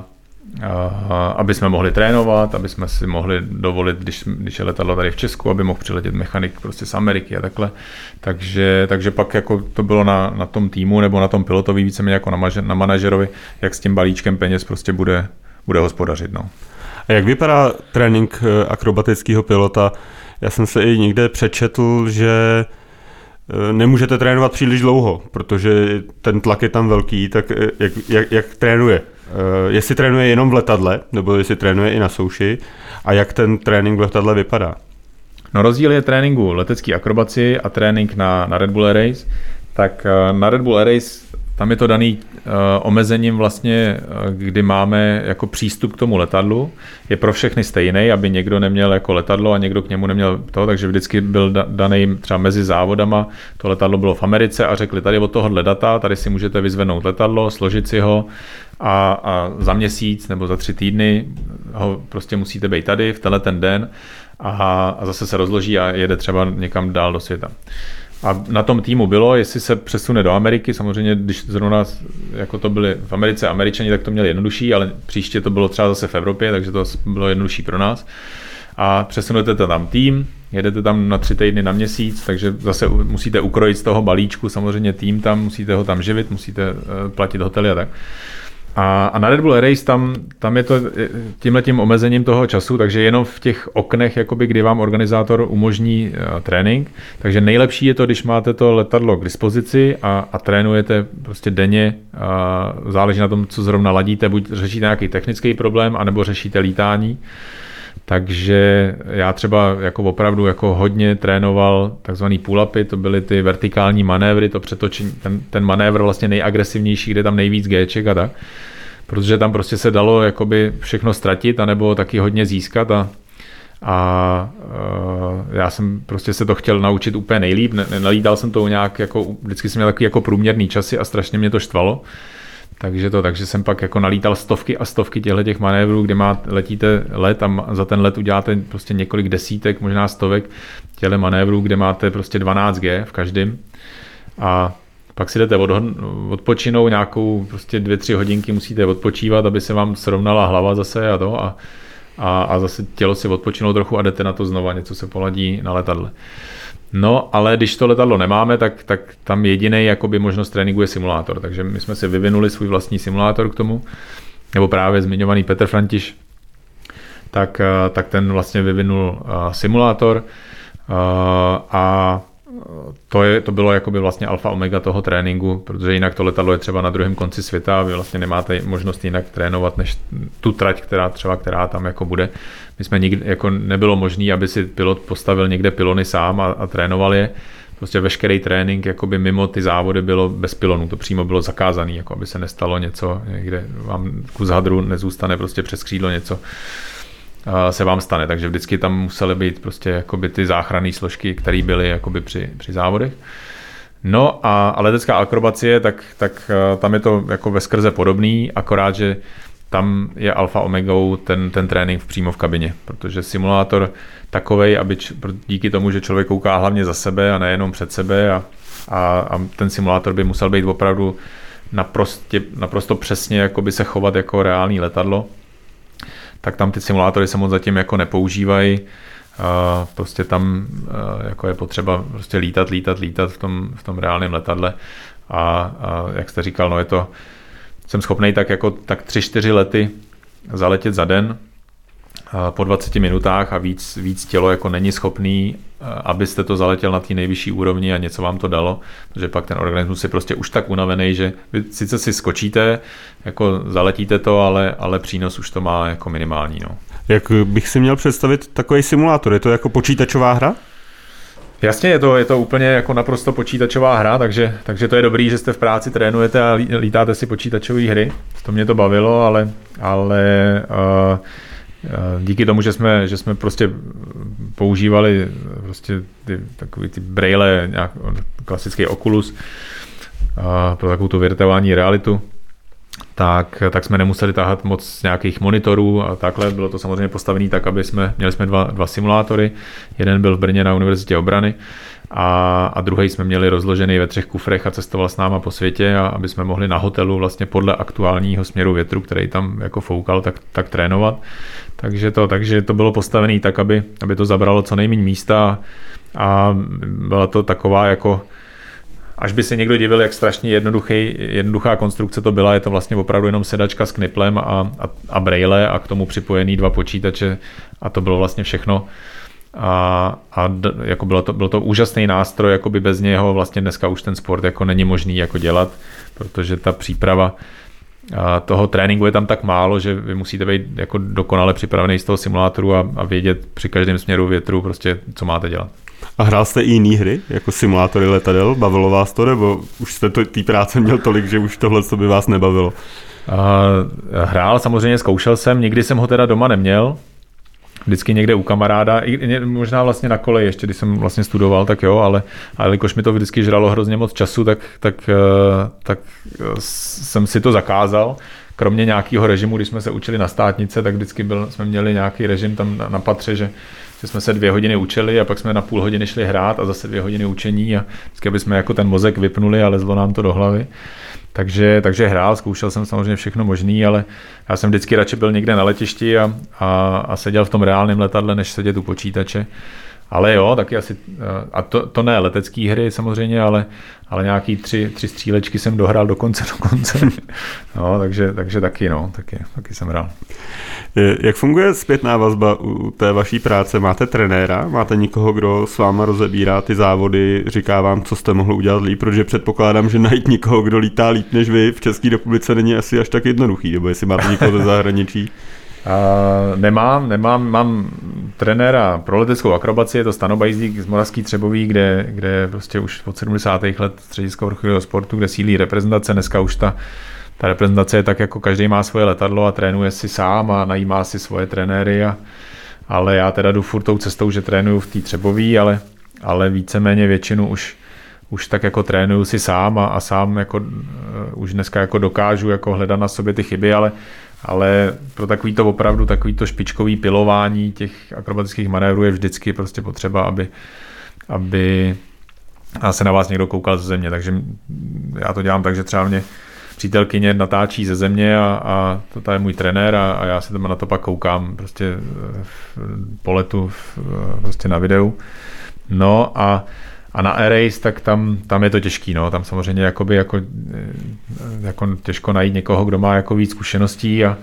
a aby jsme mohli trénovat, aby jsme si mohli dovolit, když, když je letadlo tady v Česku, aby mohl přiletět mechanik prostě z Ameriky a takhle. Takže, takže pak jako to bylo na, na tom týmu nebo na tom pilotovi víceméně jako na, maže, na manažerovi, jak s tím balíčkem peněz prostě bude, bude hospodařit. No. A jak vypadá trénink akrobatického pilota? Já jsem se i někde přečetl, že nemůžete trénovat příliš dlouho, protože ten tlak je tam velký, tak jak, jak, jak trénuje? Jestli trénuje jenom v letadle, nebo jestli trénuje i na souši a jak ten trénink v letadle vypadá? No rozdíl je tréninku letecké akrobaci a trénink na, na Red Bull Air Race. Tak na Red Bull Air Race tam je to daný uh, omezením vlastně, uh, kdy máme jako přístup k tomu letadlu. Je pro všechny stejný, aby někdo neměl jako letadlo a někdo k němu neměl to, takže vždycky byl da- daný třeba mezi závodama. To letadlo bylo v Americe a řekli, tady od tohohle data, tady si můžete vyzvednout letadlo, složit si ho a, a za měsíc nebo za tři týdny ho prostě musíte být tady v tenhle ten den a, a zase se rozloží a jede třeba někam dál do světa. A na tom týmu bylo, jestli se přesune do Ameriky, samozřejmě, když zrovna jako to byli v Americe Američani, tak to měli jednodušší, ale příště to bylo třeba zase v Evropě, takže to bylo jednodušší pro nás. A přesunete tam tým, jedete tam na tři týdny na měsíc, takže zase musíte ukrojit z toho balíčku samozřejmě tým tam, musíte ho tam živit, musíte platit hotely a tak. A, a na Red Bull Air Race tam, tam je to tímhletím omezením toho času, takže jenom v těch oknech, jakoby, kdy vám organizátor umožní uh, trénink. Takže nejlepší je to, když máte to letadlo k dispozici a, a trénujete prostě denně. Uh, záleží na tom, co zrovna ladíte, buď řešíte nějaký technický problém, anebo řešíte lítání. Takže já třeba jako opravdu jako hodně trénoval takzvaný pull-upy, to byly ty vertikální manévry, to přetočení, ten, ten manévr vlastně nejagresivnější, kde je tam nejvíc Gček a tak. Protože tam prostě se dalo jakoby všechno ztratit, anebo taky hodně získat a, a uh, já jsem prostě se to chtěl naučit úplně nejlíp, ne, nelítal jsem to nějak, jako, vždycky jsem měl takový jako průměrný časy a strašně mě to štvalo. Takže to, takže jsem pak jako nalítal stovky a stovky těchto manévrů, kde má, letíte let a za ten let uděláte prostě několik desítek, možná stovek těchto manévrů, kde máte prostě dvanáct gé v každém. A pak si jdete od, odpočinou nějakou prostě dvě, tři hodinky musíte odpočívat, aby se vám srovnala hlava zase a to a, a, a zase tělo si odpočinou trochu a jdete na to znova, něco se poladí na letadle. No, ale když to letadlo nemáme, tak, tak tam jediný jakoby možnost tréninku je simulátor. Takže my jsme si vyvinuli svůj vlastní simulátor k tomu, nebo právě zmiňovaný Petr Františ, tak, tak ten vlastně vyvinul simulátor a to, je, to bylo jakoby vlastně alfa omega toho tréninku, protože jinak to letadlo je třeba na druhém konci světa a vy vlastně nemáte možnost jinak trénovat než tu trať, která třeba, která tam jako bude. My jsme nikdy, jako nebylo možné, aby si pilot postavil někde pylony sám a, a trénoval je. Prostě veškerý trénink jakoby mimo ty závody bylo bez pylonů, to přímo bylo zakázané, jako aby se nestalo něco, někde vám kus hadru nezůstane prostě přes křídlo něco, se vám stane, takže vždycky tam musely být prostě jakoby ty záchranné složky, které byly jakoby při, při závodech. No a, a letecká akrobacie, tak, tak tam je to jako veskrze podobný, akorát, že tam je alfa omegou ten, ten trénink přímo v kabině, protože simulátor takovej, aby č, díky tomu, že člověk kouká hlavně za sebe a nejenom před sebe a, a, a ten simulátor by musel být opravdu naprosto, naprosto přesně jakoby se chovat jako reálný letadlo, tak tam ty simulátory se moc zatím jako nepoužívají. Prostě tam jako je potřeba prostě lítat, lítat, lítat v tom, v tom reálném letadle. A, a jak jste říkal, no je to, jsem schopnej tak jako tak tři, čtyři lety zaletět za den po dvaceti minutách a víc, víc tělo jako není schopný, abyste to zaletěl na té nejvyšší úrovni a něco vám to dalo, protože pak ten organismus je prostě už tak unavený, že vy sice si skočíte, jako zaletíte to, ale, ale přínos už to má jako minimální. No. Jak bych si měl představit takový simulátor? Je to jako počítačová hra? Jasně, je to, je to úplně jako naprosto počítačová hra, takže, takže to je dobrý, že jste v práci, trénujete a lítáte si počítačové hry. To mě to bavilo, ale, ale uh, díky tomu, že jsme, že jsme prostě používali prostě ty, takový ty braille, nějak, klasický Oculus uh, pro takovou tu virtuální realitu, tak, tak jsme nemuseli tahat moc nějakých monitorů a takhle. Bylo to samozřejmě postavené tak, aby jsme, měli jsme dva, dva simulátory. Jeden byl v Brně na Univerzitě obrany a, a druhý jsme měli rozložený ve třech kufrech a cestoval s náma po světě, a aby jsme mohli na hotelu vlastně podle aktuálního směru větru, který tam jako foukal, tak, tak trénovat. Takže to, takže to bylo postavené tak, aby, aby to zabralo co nejméně místa a byla to taková jako až by se někdo divil, jak strašně jednoduchý, jednoduchá konstrukce to byla, je to vlastně opravdu jenom sedačka s kniplem a, a, a braille a k tomu připojený dva počítače a to bylo vlastně všechno. A, a jako bylo to, bylo to úžasný nástroj, jako by bez něho vlastně dneska už ten sport jako není možný jako dělat, protože ta příprava a toho tréninku je tam tak málo, že vy musíte být jako dokonale připravený z toho simulátoru a, a vědět při každém směru větru prostě, co máte dělat. A hrál jste i jiný hry, jako simulátory letadel? Bavilo vás to, nebo už jste to, té práce měl tolik, že už tohle to by vás nebavilo? Uh, hrál, samozřejmě zkoušel jsem, nikdy jsem ho teda doma neměl, vždycky někde u kamaráda, i možná vlastně na koleji, ještě když jsem vlastně studoval, tak jo, ale, ale jelikož mi to vždycky žralo hrozně moc času, tak, tak, tak jsem si to zakázal. Kromě nějakého režimu, když jsme se učili na státnice, tak vždycky byl, jsme měli nějaký režim tam na, na patře, že, že jsme se dvě hodiny učili a pak jsme na půl hodiny šli hrát a zase dvě hodiny učení a vždycky, aby jsme jako ten mozek vypnuli a lezlo nám to do hlavy. Takže, takže hrál, zkoušel jsem samozřejmě všechno možný, ale já jsem vždycky radši byl někde na letišti a, a, a seděl v tom reálném letadle, než sedět u počítače. Ale jo, taky asi, a to, to ne letecký hry samozřejmě, ale, ale nějaký tři, tři střílečky jsem dohrál do konce, do konce. No, takže, takže taky, no, taky, taky jsem hrál. Jak funguje zpětná vazba u té vaší práce? Máte trenéra? Máte někoho, kdo s váma rozebírá ty závody, říká vám, co jste mohl udělat líp? Protože předpokládám, že najít někoho, kdo lítá líp než vy v České republice není asi až tak jednoduchý, nebo jestli máte někoho ze zahraničí? Uh, nemám, nemám, mám trenéra pro leteckou akrobaci, je to Stano Bajzdík z Moravský Třebový, kde, kde prostě už od sedmdesátých let středisko vrcholového sportu, kde sídlí reprezentace. Dneska už ta, ta reprezentace je tak, jako každý má svoje letadlo a trénuje si sám a najímá si svoje trenéry, a, ale já teda jdu furt tou cestou, že trénuju v té Třebový, ale, ale víceméně většinu už už tak jako trénuju si sám a, a sám jako uh, už dneska jako dokážu jako hledat na sobě ty chyby, ale ale pro takový to opravdu, takový to špičkový pilování těch akrobatických manévrů je vždycky prostě potřeba, aby, aby se na vás někdo koukal ze země. Takže já to dělám tak, že třeba mě přítelkyně natáčí ze země a, a to je můj trenér a, a já se tam na to pak koukám prostě po letu prostě na videu. No a A na Air-Race, tak tam, tam je to těžký, no. Tam samozřejmě jakoby jako, jako těžko najít někoho, kdo má jako víc zkušeností a,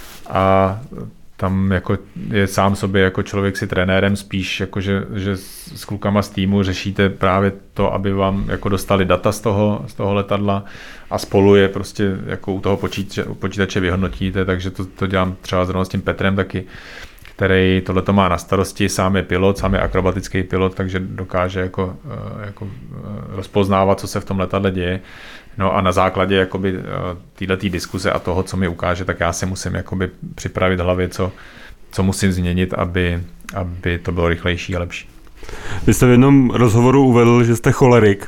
a tam jako je sám sobě jako člověk si trenérem spíš, jako že, že s klukama z týmu řešíte právě to, aby vám jako dostali data z toho, z toho letadla a spolu je prostě jako u toho počítače, počítače vyhodnotíte, takže to, to dělám třeba zrovna s tím Petrem taky, který tohleto má na starosti, sám je pilot, sám je akrobatický pilot, takže dokáže jako, jako rozpoznávat, co se v tom letadle děje. No a na základě jakoby této diskuze a toho, co mi ukáže, tak já si musím jakoby připravit v hlavě, co, co musím změnit, aby, aby to bylo rychlejší a lepší. Vy jste v jednom rozhovoru uvedl, že jste cholerik.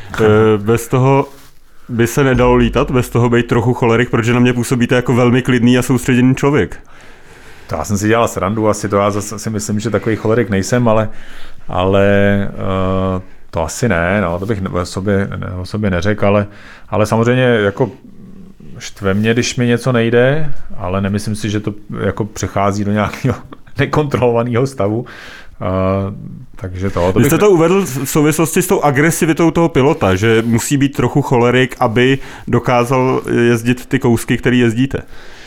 Bez toho by se nedalo lítat, bez toho být trochu cholerik, protože na mě působíte jako velmi klidný a soustředěný člověk. To já jsem si dělal srandu, asi to já zase si myslím, že takový cholerik nejsem, ale, ale uh, to asi ne, no, to bych o sobě, o sobě neřekl, ale, ale samozřejmě jako štve mě, když mi něco nejde, ale nemyslím si, že to jako přechází do nějakého nekontrolovaného stavu. Uh, takže to, to Vy jste bych... to uvedl v souvislosti s tou agresivitou toho pilota, že musí být trochu cholerik, aby dokázal jezdit ty kousky, které jezdíte.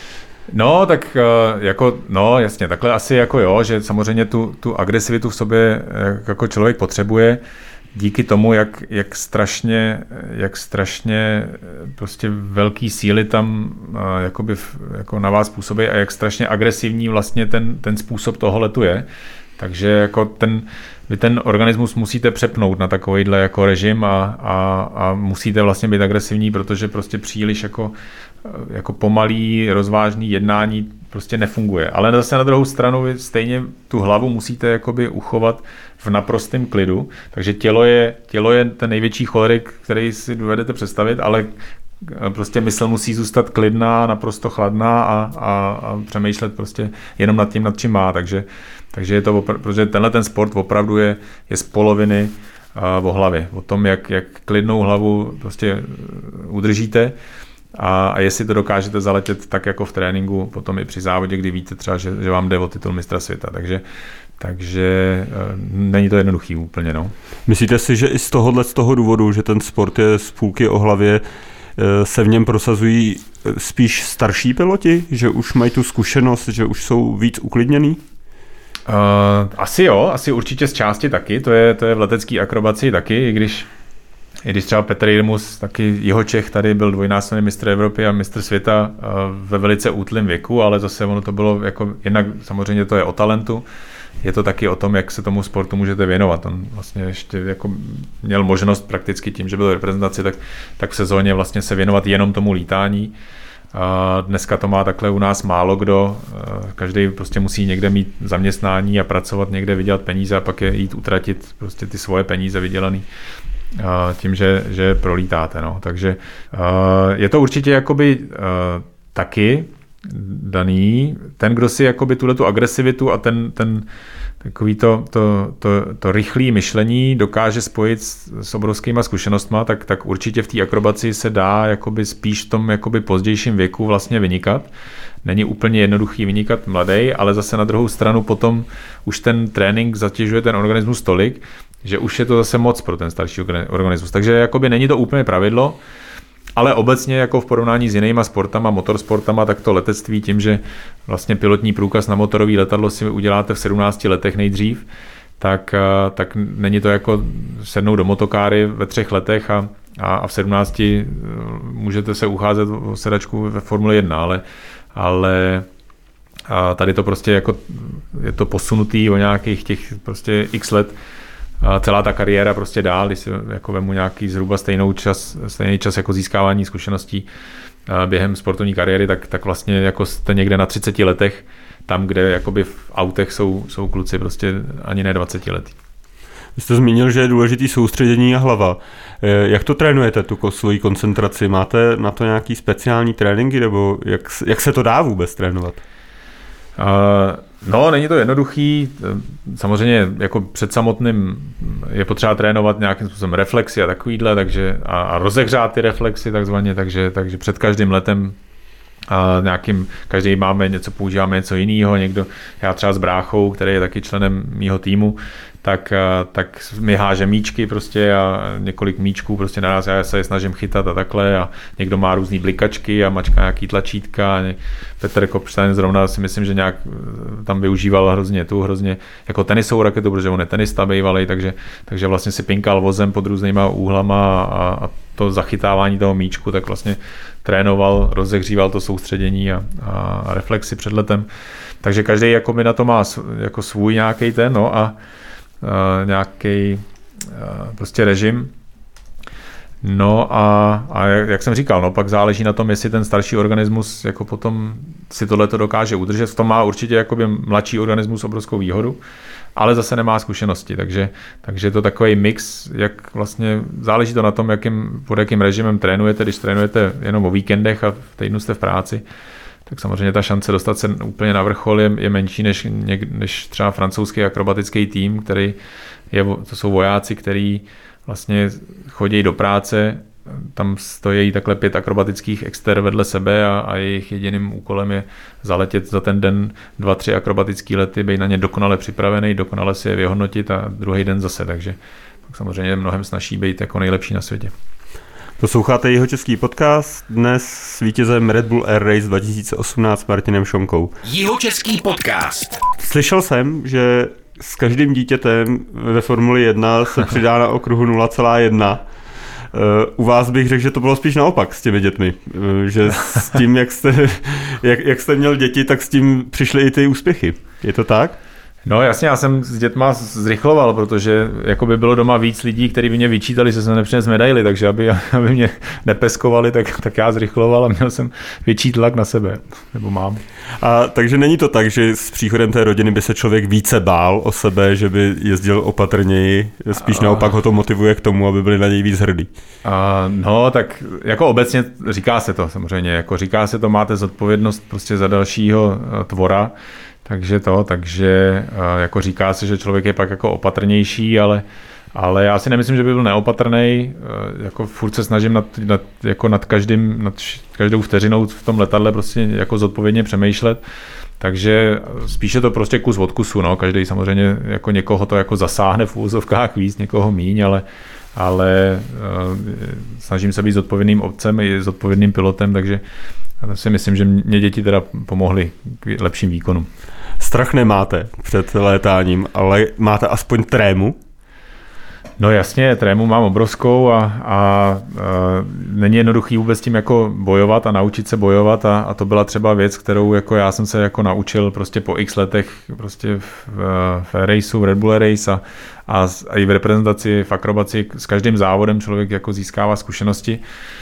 No, tak jako, no jasně, takhle asi jako jo, že samozřejmě tu, tu agresivitu v sobě jako člověk potřebuje díky tomu, jak, jak strašně, jak strašně prostě velký síly tam jakoby jako na vás působí a jak strašně agresivní vlastně ten, ten způsob toho letu je, Takže jako ten, vy ten organismus musíte přepnout na takovýhle jako režim a, a, a musíte vlastně být agresivní, protože prostě příliš jako, jako pomalý, rozvážný jednání prostě nefunguje. Ale zase na druhou stranu vy stejně tu hlavu musíte jakoby uchovat v naprostém klidu, takže tělo je, tělo je ten největší cholerik, který si dovedete představit, ale prostě mysl musí zůstat klidná, naprosto chladná a, a, a přemýšlet prostě jenom nad tím, nad čím má. Takže, takže je to opra- protože tenhle ten sport opravdu je, je z poloviny uh, o hlavě. O tom, jak, jak klidnou hlavu prostě udržíte a, a jestli to dokážete zaletět tak jako v tréninku, potom i při závodě, kdy víte třeba, že, že vám jde o titul mistra světa. Takže, takže uh, není to jednoduchý úplně. No. Myslíte si, že i z tohohle z toho důvodu, že ten sport je z půlky o hlavě, se v něm prosazují spíš starší piloti, že už mají tu zkušenost, že už jsou víc uklidněný? Uh, asi jo, asi určitě z části taky, to je, to je v letecké akrobaci taky, i když, i když třeba Petr Jirmus, taky Jihočech, tady byl dvojnásobný mistr Evropy a mistr světa uh, ve velice útlém věku, ale zase ono to bylo jako, jednak samozřejmě to je o talentu, je to taky o tom, jak se tomu sportu můžete věnovat. On vlastně ještě jako měl možnost prakticky tím, že byl v reprezentaci, tak, tak v sezóně vlastně se věnovat jenom tomu lítání. A dneska to má takhle u nás málo kdo. Každý prostě musí někde mít zaměstnání a pracovat někde, vydělat peníze a pak je jít utratit prostě ty svoje peníze vydělaný tím, že, že prolítáte. No. Takže je to určitě jakoby taky daný. Ten, kdo si jakoby tuhletu agresivitu a ten, ten takový to, to, to, to rychlé myšlení dokáže spojit s, s obrovskýma zkušenostma, tak, tak určitě v té akrobaci se dá jakoby spíš v tom jakoby pozdějším věku vlastně vynikat. Není úplně jednoduchý vynikat mladej, ale zase na druhou stranu potom už ten trénink zatěžuje ten organismus tolik, že už je to zase moc pro ten starší organismus. Takže jakoby není to úplně pravidlo, ale obecně jako v porovnání s jinýma sportama, motorsportama, tak to letectví tím, že vlastně pilotní průkaz na motorový letadlo si uděláte v sedmnácti letech nejdřív, tak, tak není to jako sednout do motokáry ve třech letech a, a v sedmnácti můžete se ucházet o sedačku ve Formule jedna, ale, ale a tady to prostě jako je to posunutý o nějakých těch prostě x let. A celá ta kariéra prostě dál, když si jako vemu nějaký zhruba stejnou čas, stejný čas jako získávání zkušeností během sportovní kariéry, tak, tak vlastně jako jste někde na třiceti letech, tam, kde jakoby v autech jsou, jsou kluci prostě ani ne dvacetiletí. Vy jste zmínil, že je důležitý soustředění a hlava. Jak to trénujete, tu svoji koncentraci? Máte na to nějaký speciální tréninky, nebo jak, jak se to dá vůbec trénovat? Uh, no, není to jednoduchý. Samozřejmě jako před samotným je potřeba trénovat nějakým způsobem reflexy a takovýhle, takže a, a rozehřát ty reflexy takzvaně, takže, takže před každým letem a nějakým, každý máme něco, používáme něco jiného, někdo, já třeba s bráchou, který je taky členem mýho týmu, tak, tak mi háže míčky prostě a několik míčků prostě naraz, já se je snažím chytat a takhle a někdo má různý blikačky a mačka nějaký tlačítka a Petr Kopstein zrovna si myslím, že nějak tam využíval hrozně tu, hrozně jako tenisovou raketu, protože on je tenista bejvalej, takže, takže vlastně si pinkal vozem pod různýma úhlama a, a to zachytávání toho míčku, tak vlastně trénoval, rozehříval to soustředění a, a reflexy před letem. Takže každý jako by na to má jako svůj nějaký ten, no a Uh, nějaký uh, prostě režim. No a, a jak jsem říkal, no pak záleží na tom, jestli ten starší organismus jako potom si tohleto dokáže udržet. V tom má určitě jakoby mladší organismus obrovskou výhodu, ale zase nemá zkušenosti, takže, takže je to takový mix, jak vlastně záleží to na tom, jakým, pod jakým režimem trénujete. Když trénujete jenom o víkendech a v týdnu jste v práci, tak samozřejmě ta šance dostat se úplně na vrchol je, je menší než, než třeba francouzský akrobatický tým, který je, to jsou vojáci, kteří vlastně chodí do práce, tam stojí takhle pět akrobatických exter vedle sebe a, a jejich jediným úkolem je zaletět za ten den dva, tři akrobatický lety, být na ně dokonale připravený, dokonale si je vyhodnotit a druhý den zase, takže pak samozřejmě je mnohem snazší být jako nejlepší na světě. Posloucháte Jihočeský podcast, dnes s vítězem Red Bull Air Race dva tisíce osmnáct Martinem Šonkou. Jihočeský podcast. Slyšel jsem, že s každým dítětem ve Formuli jedna se přidá na okruhu nula celá jedna. U vás bych řekl, že to bylo spíš naopak s těmi dětmi. Že s tím, jak jste, jak, jak jste měl děti, tak s tím přišly i ty úspěchy. Je to tak? No jasně, já jsem s dětma zrychloval, protože jako by bylo doma víc lidí, kteří by mě vyčítali, že jsem nepřines medaili, takže aby, aby mě nepeskovali, tak, tak já zrychloval a měl jsem větší tlak na sebe, nebo mám. A takže není to tak, že s příchodem té rodiny by se člověk více bál o sebe, že by jezdil opatrněji, spíš a... naopak ho to motivuje k tomu, aby byli na něj víc hrdí? A, no, tak jako obecně říká se to samozřejmě, jako říká se to, máte zodpovědnost prostě za dalšího tvora, takže to, takže jako říká se, že člověk je pak jako opatrnější, ale, ale já si nemyslím, že by byl neopatrnej, jako furt se snažím nad, nad, jako nad, každým, nad každou vteřinou v tom letadle prostě jako zodpovědně přemýšlet, takže spíše to prostě kus od kusu, no, každý samozřejmě jako někoho to jako zasáhne v úvozovkách víc, někoho míň, ale, ale snažím se být zodpovědným otcem i zodpovědným pilotem, takže já si myslím, že mě děti teda pomohly k lepším výkonům. Strach nemáte před létáním, ale máte aspoň trému? No jasně, trému mám obrovskou a, a, a není jednoduchý vůbec tím jako bojovat a naučit se bojovat a, a to byla třeba věc, kterou jako já jsem se jako naučil prostě po x letech prostě v, v raceu, v Red Bull Race a, a, a i v reprezentaci, v akrobaci s každým závodem člověk jako získává zkušenosti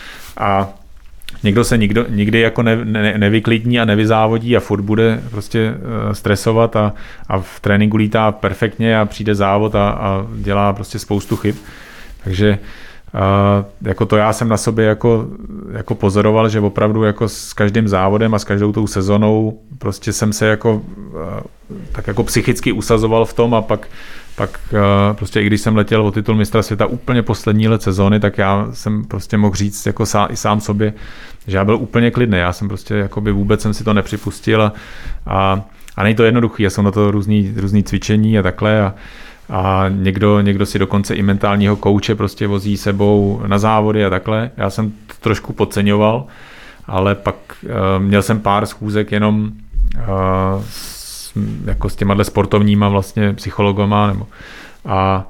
a někdo se nikdo, nikdy jako ne, ne, nevyklidní a nevyzávodí a furt bude prostě stresovat a, a v tréninku lítá perfektně a přijde závod a, a dělá prostě spoustu chyb. Takže a, jako to já jsem na sobě jako, jako pozoroval, že opravdu jako s každým závodem a s každou tou sezonou prostě jsem se jako tak jako psychicky usazoval v tom a pak Pak prostě i když jsem letěl o titul mistra světa úplně poslední let sezóny, tak já jsem prostě mohl říct jako sám, i sám sobě, že já byl úplně klidný. Já jsem prostě jakoby vůbec jsem si to nepřipustil a, a, a není to jednoduchý. Jsou na to různý, různý cvičení a takhle a, a někdo, někdo si dokonce i mentálního kouče prostě vozí sebou na závody a takhle. Já jsem to trošku podceňoval, ale pak uh, měl jsem pár schůzek jenom uh, jako s těma sportovníma vlastně psychologama nebo a,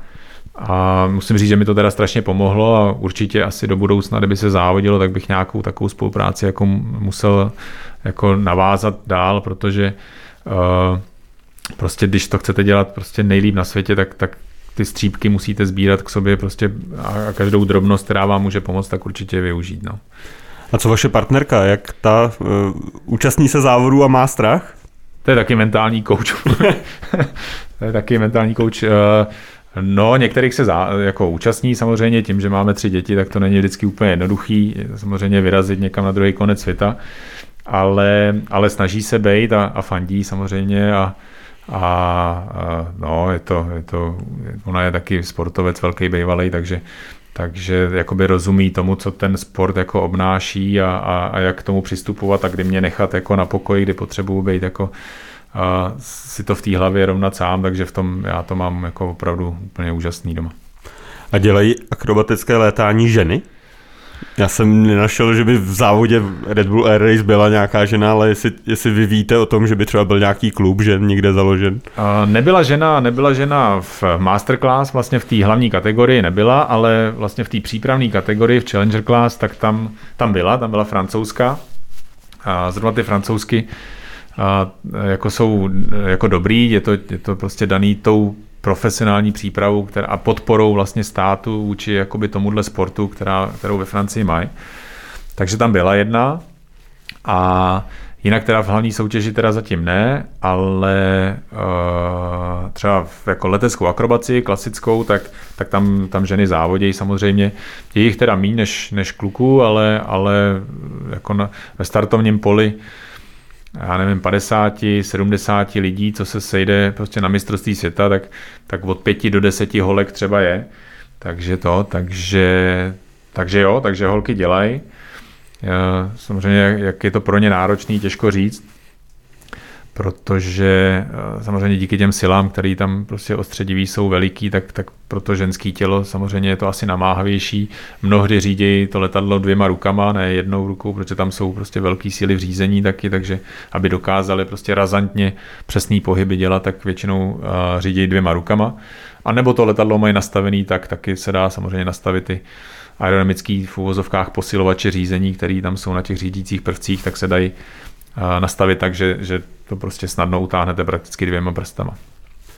a musím říct, že mi to teda strašně pomohlo a určitě asi do budoucna, kdyby se závodilo, tak bych nějakou takovou spolupráci jako musel jako navázat dál, protože uh, prostě když to chcete dělat prostě nejlíp na světě, tak, tak ty střípky musíte sbírat k sobě prostě a každou drobnost, která vám může pomoct, tak určitě využít. No. A co vaše partnerka, jak ta uh, účastní se závodu a má strach? To je taky mentální kouč. To je taky mentální kouč. No, některých se zá, jako účastní samozřejmě tím, že máme tři děti, tak to není vždycky úplně jednoduchý. Samozřejmě vyrazit někam na druhý konec světa, ale, ale snaží se bejt a, a fandí samozřejmě a, a, a no, je to, je to, ona je taky sportovec velký bývalej, takže takže jakoby rozumí tomu, co ten sport jako obnáší a, a, a jak k tomu přistupovat a kdy mě nechat jako na pokoji, kdy potřebuji být jako a si to v té hlavě rovnat sám, takže v tom já to mám jako opravdu úplně úžasný doma. A dělají akrobatické létání ženy? Já jsem nenašel, že by v závodě Red Bull Air Race byla nějaká žena, ale jestli, jestli vy víte o tom, že by třeba byl nějaký klub žen někde založen? Nebyla žena, nebyla žena v masterclass, vlastně v té hlavní kategorii nebyla, ale vlastně v té přípravné kategorii v Challenger class, tak tam, tam byla, tam byla francouzská. A zrovna ty francouzsky a jako jsou jako dobrý, je to, je to prostě daný tou profesionální přípravou která, a podporou vlastně státu vůči jakoby tomuhle sportu, která, kterou ve Francii mají. Takže tam byla jedna a jinak teda v hlavní soutěži teda zatím ne, ale uh, třeba v jako leteckou akrobaci klasickou, tak, tak tam, tam ženy závodějí samozřejmě. Je jich teda míň než, než kluků, ale, ale jako na, ve startovním poli já nevím, padesát, sedmdesát lidí, co se sejde prostě na mistrovství světa, tak, tak od pěti do deseti holek třeba je. Takže to, takže, takže jo, takže holky dělají. Samozřejmě, jak je to pro ně náročný, těžko říct, protože samozřejmě díky těm silám, které tam prostě ostředivý jsou veliký, tak, tak pro to ženské tělo samozřejmě je to asi namáhavější. Mnohdy řídí to letadlo dvěma rukama, ne jednou rukou, protože tam jsou prostě velký síly v řízení taky, takže aby dokázali prostě razantně přesný pohyby dělat, tak většinou uh, řídí dvěma rukama. A nebo to letadlo mají nastavený, tak taky se dá samozřejmě nastavit ty aerodynamický v uvozovkách posilovače řízení, které tam jsou na těch řídících prvcích, tak se dají uh, nastavit tak, že, že to prostě snadno utáhnete prakticky dvěma prstama.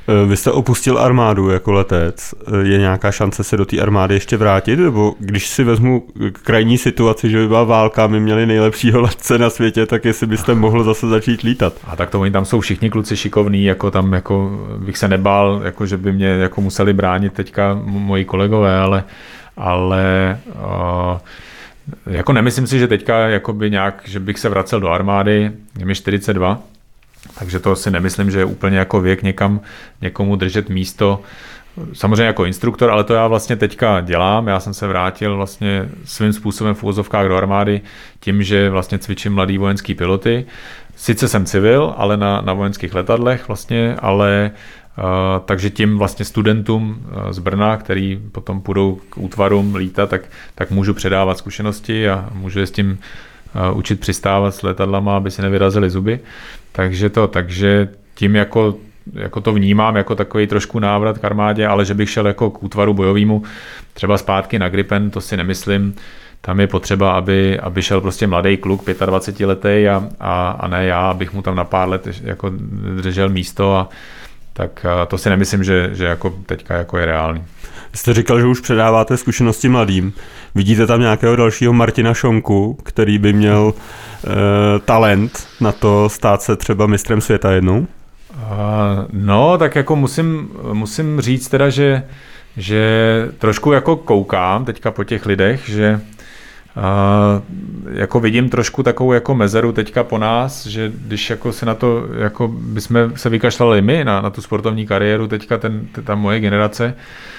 Vy jste opustil armádu jako letec. Je nějaká šance se do té armády ještě vrátit? Nebo když si vezmu krajní situaci, že by byla válka, my měli nejlepšího letce na světě, tak jestli byste mohl zase začít lítat? A tak to oni tam jsou všichni kluci šikovní, jako tam jako bych se nebál, jako že by mě jako museli bránit teďka moji kolegové, ale, ale uh, jako nemyslím si, že teďka jakoby nějak, že bych se vracel do armády, je mi čtyřicet dva, takže to si nemyslím, že je úplně jako věk někam někomu držet místo. Samozřejmě jako instruktor, ale to já vlastně teďka dělám. Já jsem se vrátil vlastně svým způsobem v uvozovkách do armády tím, že vlastně cvičím mladý vojenský piloty. Sice jsem civil, ale na, na vojenských letadlech vlastně, ale uh, takže tím vlastně studentům uh, z Brna, který potom půjdou k útvarům lítat, tak, tak můžu předávat zkušenosti a můžu je s tím uh, učit přistávat s letadlama, aby si nevyrazili zuby. Takže to, takže tím jako, jako to vnímám jako takový trošku návrat k armádě, ale že bych šel jako k útvaru bojovému třeba zpátky na Gripen, to si nemyslím. Tam je potřeba, aby, aby šel prostě mladý kluk, dvacetiletý a, a, a ne já, abych mu tam na pár let jako držel místo a tak a to si nemyslím, že, že jako teďka jako je reálný. Jste říkal, že už předáváte zkušenosti mladým. Vidíte tam nějakého dalšího Martina Šonku, který by měl e, talent na to stát se třeba mistrem světa jednou? Uh, no, tak jako musím, musím říct teda, že, že trošku jako koukám teďka po těch lidech, že uh, jako vidím trošku takovou jako mezeru teďka po nás, že když jako si na to, jako bychom se vykašlali my na, na tu sportovní kariéru, teďka ten, ta moje generace,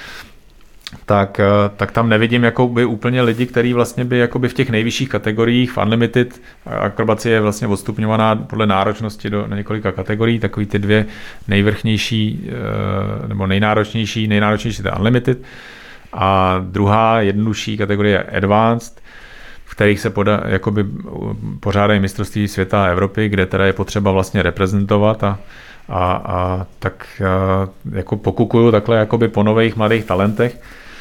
tak, tak tam nevidím jakoby úplně lidi, kteří vlastně by jakoby v těch nejvyšších kategoriích v Unlimited, akrobacie je vlastně odstupňovaná podle náročnosti do na několika kategorií, takový ty dvě nejvrchnější nebo nejnáročnější, nejnáročnější je Unlimited a druhá jednodušší kategorie je Advanced, v kterých se poda, jakoby pořádají mistrovství světa a Evropy, kde teda je potřeba vlastně reprezentovat a A, a tak a, jako pokukuju takhle jakoby po nových mladých talentech,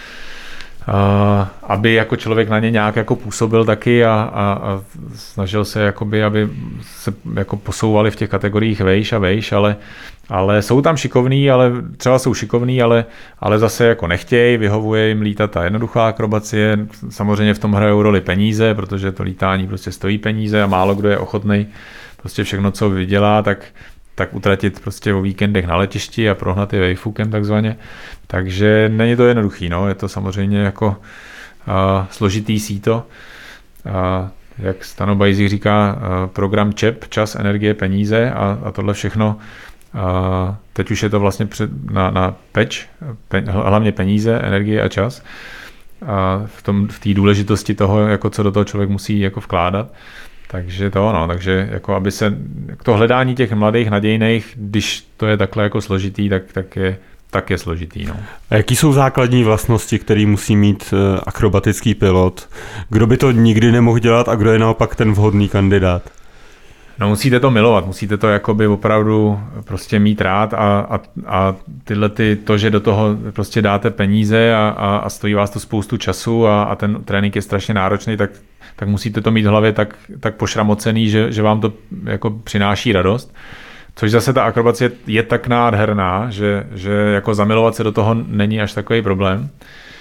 a, aby jako člověk na ně nějak jako působil taky a, a, a snažil se jakoby, aby se jako posouvali v těch kategoriích vejš a vejš, ale, ale jsou tam šikovní, ale třeba jsou šikovní, ale, ale zase jako nechtějí, vyhovuje jim lítat ta jednoduchá akrobacie, samozřejmě v tom hrajou roli peníze, protože to lítání prostě stojí peníze a málo kdo je ochotnej prostě všechno, co vydělá, tak tak utratit prostě o víkendech na letišti a prohnat je vejfukem takzvaně. Takže není to jednoduchý, no. Je to samozřejmě jako uh, složitý síto. Uh, jak Stano Bajzik říká, uh, program ČEP, čas, energie, peníze a, a tohle všechno. Uh, teď už je to vlastně před, na, na peč, pe, hlavně peníze, energie a čas. Uh, v tom, v té důležitosti toho, jako co do toho člověk musí jako vkládat. Takže to no, takže jako aby se to hledání těch mladých nadějných, když to je takhle jako složitý, tak, tak, je, tak je složitý. No. A jaký jsou základní vlastnosti, které musí mít akrobatický pilot? Kdo by to nikdy nemohl dělat a kdo je naopak ten vhodný kandidát? No musíte to milovat, musíte to jakoby opravdu prostě mít rád a, a, a tyhle ty, to, že do toho prostě dáte peníze a, a, a stojí vás to spoustu času a, a ten trénink je strašně náročný, tak, tak musíte to mít v hlavě tak, tak pošramocený, že, že vám to jako přináší radost. Což zase ta akrobacie je tak nádherná, že, že jako zamilovat se do toho není až takový problém.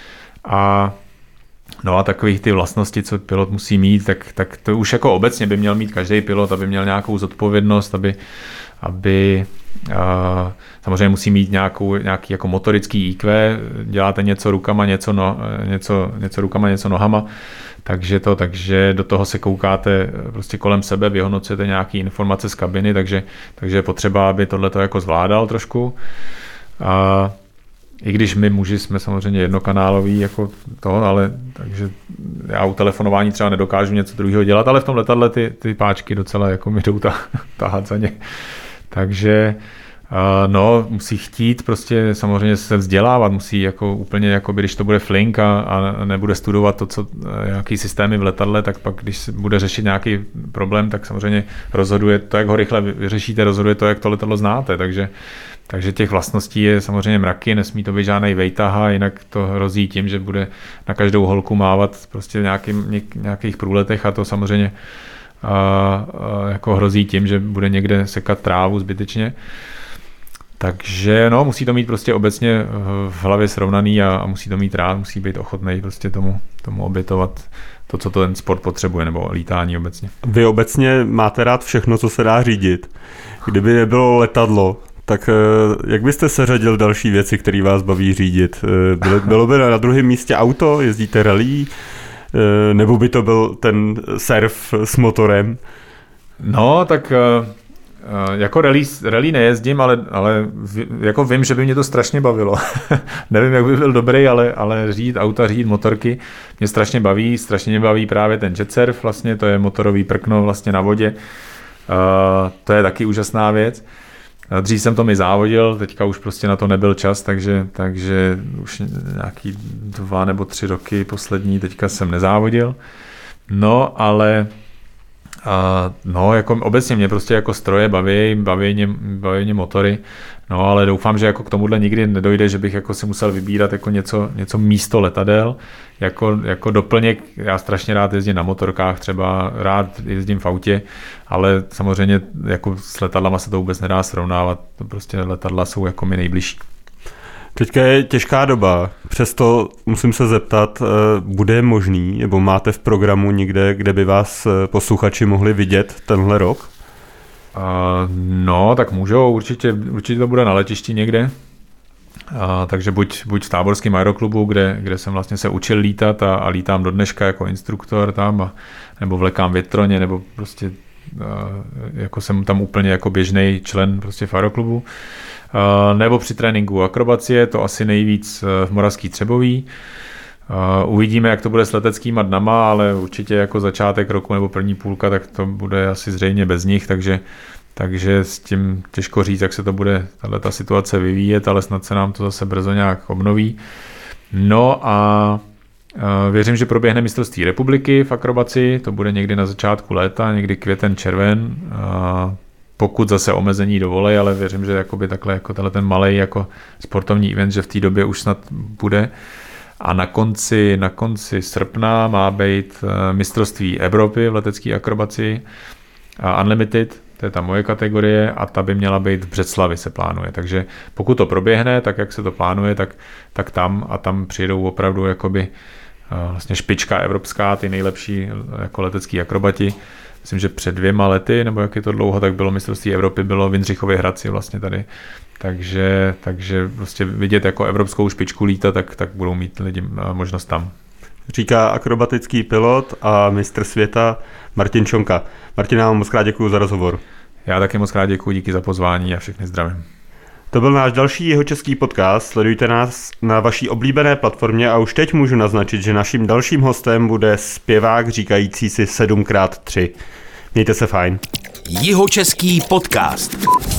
A no a takových ty vlastnosti, co pilot musí mít, tak, tak to už jako obecně by měl mít každý pilot, aby měl nějakou zodpovědnost, aby, aby uh, samozřejmě musí mít nějakou, nějaký jako motorický í kvé, děláte něco rukama, něco, no, něco, něco rukama, něco nohama, takže to, takže do toho se koukáte prostě kolem sebe, vyhodnocujete nějaké informace z kabiny, takže, takže je potřeba, aby tohle to jako zvládal trošku. Uh, I když my muži jsme samozřejmě jednokanáloví jako to, ale takže já u telefonování třeba nedokážu něco druhého dělat, ale v tom letadle ty, ty páčky docela jako mi jdou tahat za ně. Takže no, musí chtít prostě samozřejmě se vzdělávat, musí jako úplně, jako by, když to bude flink a, a nebude studovat to, co nějaký systémy v letadle, tak pak, když bude řešit nějaký problém, tak samozřejmě rozhoduje to, jak ho rychle vyřešíte, rozhoduje to, jak to letadlo znáte, takže Takže těch vlastností je samozřejmě mraky, nesmí to být žádnej vejtaha, jinak to hrozí tím, že bude na každou holku mávat prostě v nějakým, nějakých průletech a to samozřejmě a, a jako hrozí tím, že bude někde sekat trávu zbytečně. Takže no, musí to mít prostě obecně v hlavě srovnaný a, a musí to mít rád, musí být ochotný prostě tomu, tomu obětovat to, co to ten sport potřebuje, nebo lítání obecně. Vy obecně máte rád všechno, co se dá řídit. Kdyby nebylo letadlo, tak jak byste seřadil další věci, které vás baví řídit? Bylo, bylo by na druhém místě auto, jezdíte rally, nebo by to byl ten surf s motorem? No, tak jako rally, rally nejezdím, ale, ale jako vím, že by mě to strašně bavilo. Nevím, jak by byl dobrý, ale, ale řídit auta, řídit motorky mě strašně baví. Strašně mě baví právě ten jet surf, vlastně, to je motorový prkno vlastně na vodě. Uh, to je taky úžasná věc. Dřív jsem to mi závodil, teďka už prostě na to nebyl čas, takže, takže už nějaký dva nebo tři roky poslední teďka jsem nezávodil. No, ale Uh, no, jako obecně mě prostě jako stroje baví, baví mě, baví mě motory, no, ale doufám, že jako k tomuhle nikdy nedojde, že bych jako si musel vybírat jako něco, něco místo letadel, jako, jako doplněk. Já strašně rád jezdím na motorkách, třeba rád jezdím v autě, ale samozřejmě jako s letadlama se to vůbec nedá srovnávat, to prostě letadla jsou jako mi nejbližší. Teďka je těžká doba, přesto musím se zeptat, bude možný, nebo máte v programu někde, kde by vás posluchači mohli vidět tenhle rok? Uh, no, tak můžou, určitě, určitě to bude na letišti někde, uh, takže buď, buď v táborském aeroklubu, kde, kde jsem vlastně se učil lítat a, a lítám do dneška jako instruktor tam, a, nebo vlekám větroně, nebo prostě uh, jako jsem tam úplně jako běžný člen prostě v aeroklubu. Uh, nebo při tréninku akrobacie, to asi nejvíc v Moravský Třebový. Uh, uvidíme, jak to bude s leteckýma dnama, ale určitě jako začátek roku nebo první půlka, tak to bude asi zřejmě bez nich, takže, takže s tím těžko říct, jak se to bude tato situace vyvíjet, ale snad se nám to zase brzo nějak obnoví. No a uh, věřím, že proběhne mistrovství republiky v akrobaci, to bude někdy na začátku léta, někdy květen, červen, uh, pokud zase omezení dovolej, ale věřím, že jakoby takhle jako tenhle ten malej jako sportovní event, že v té době už snad bude. A na konci, na konci srpna má být mistrovství Evropy v letecké akrobaci Unlimited, to je ta moje kategorie, a ta by měla být v Břeclavi, se plánuje. Takže pokud to proběhne, tak jak se to plánuje, tak, tak tam a tam přijedou opravdu jakoby vlastně špička evropská, ty nejlepší jako letecký akrobati. Myslím, že před dvěma lety, nebo jak je to dlouho, tak bylo mistrovství Evropy, bylo v Jindřichově Hradci vlastně tady. Takže, takže prostě vidět jako evropskou špičku lítat, tak, tak budou mít lidi možnost tam. Říká akrobatický pilot a mistr světa Martin Čonka. Martin, vám moc krát děkuju za rozhovor. Já taky moc krát děkuju, díky za pozvání a všechny zdravím. To byl náš další jihočeský podcast, sledujte nás na vaší oblíbené platformě a už teď můžu naznačit, že naším dalším hostem bude zpěvák říkající si sedm krát tři. Mějte se fajn. Jihočeský podcast.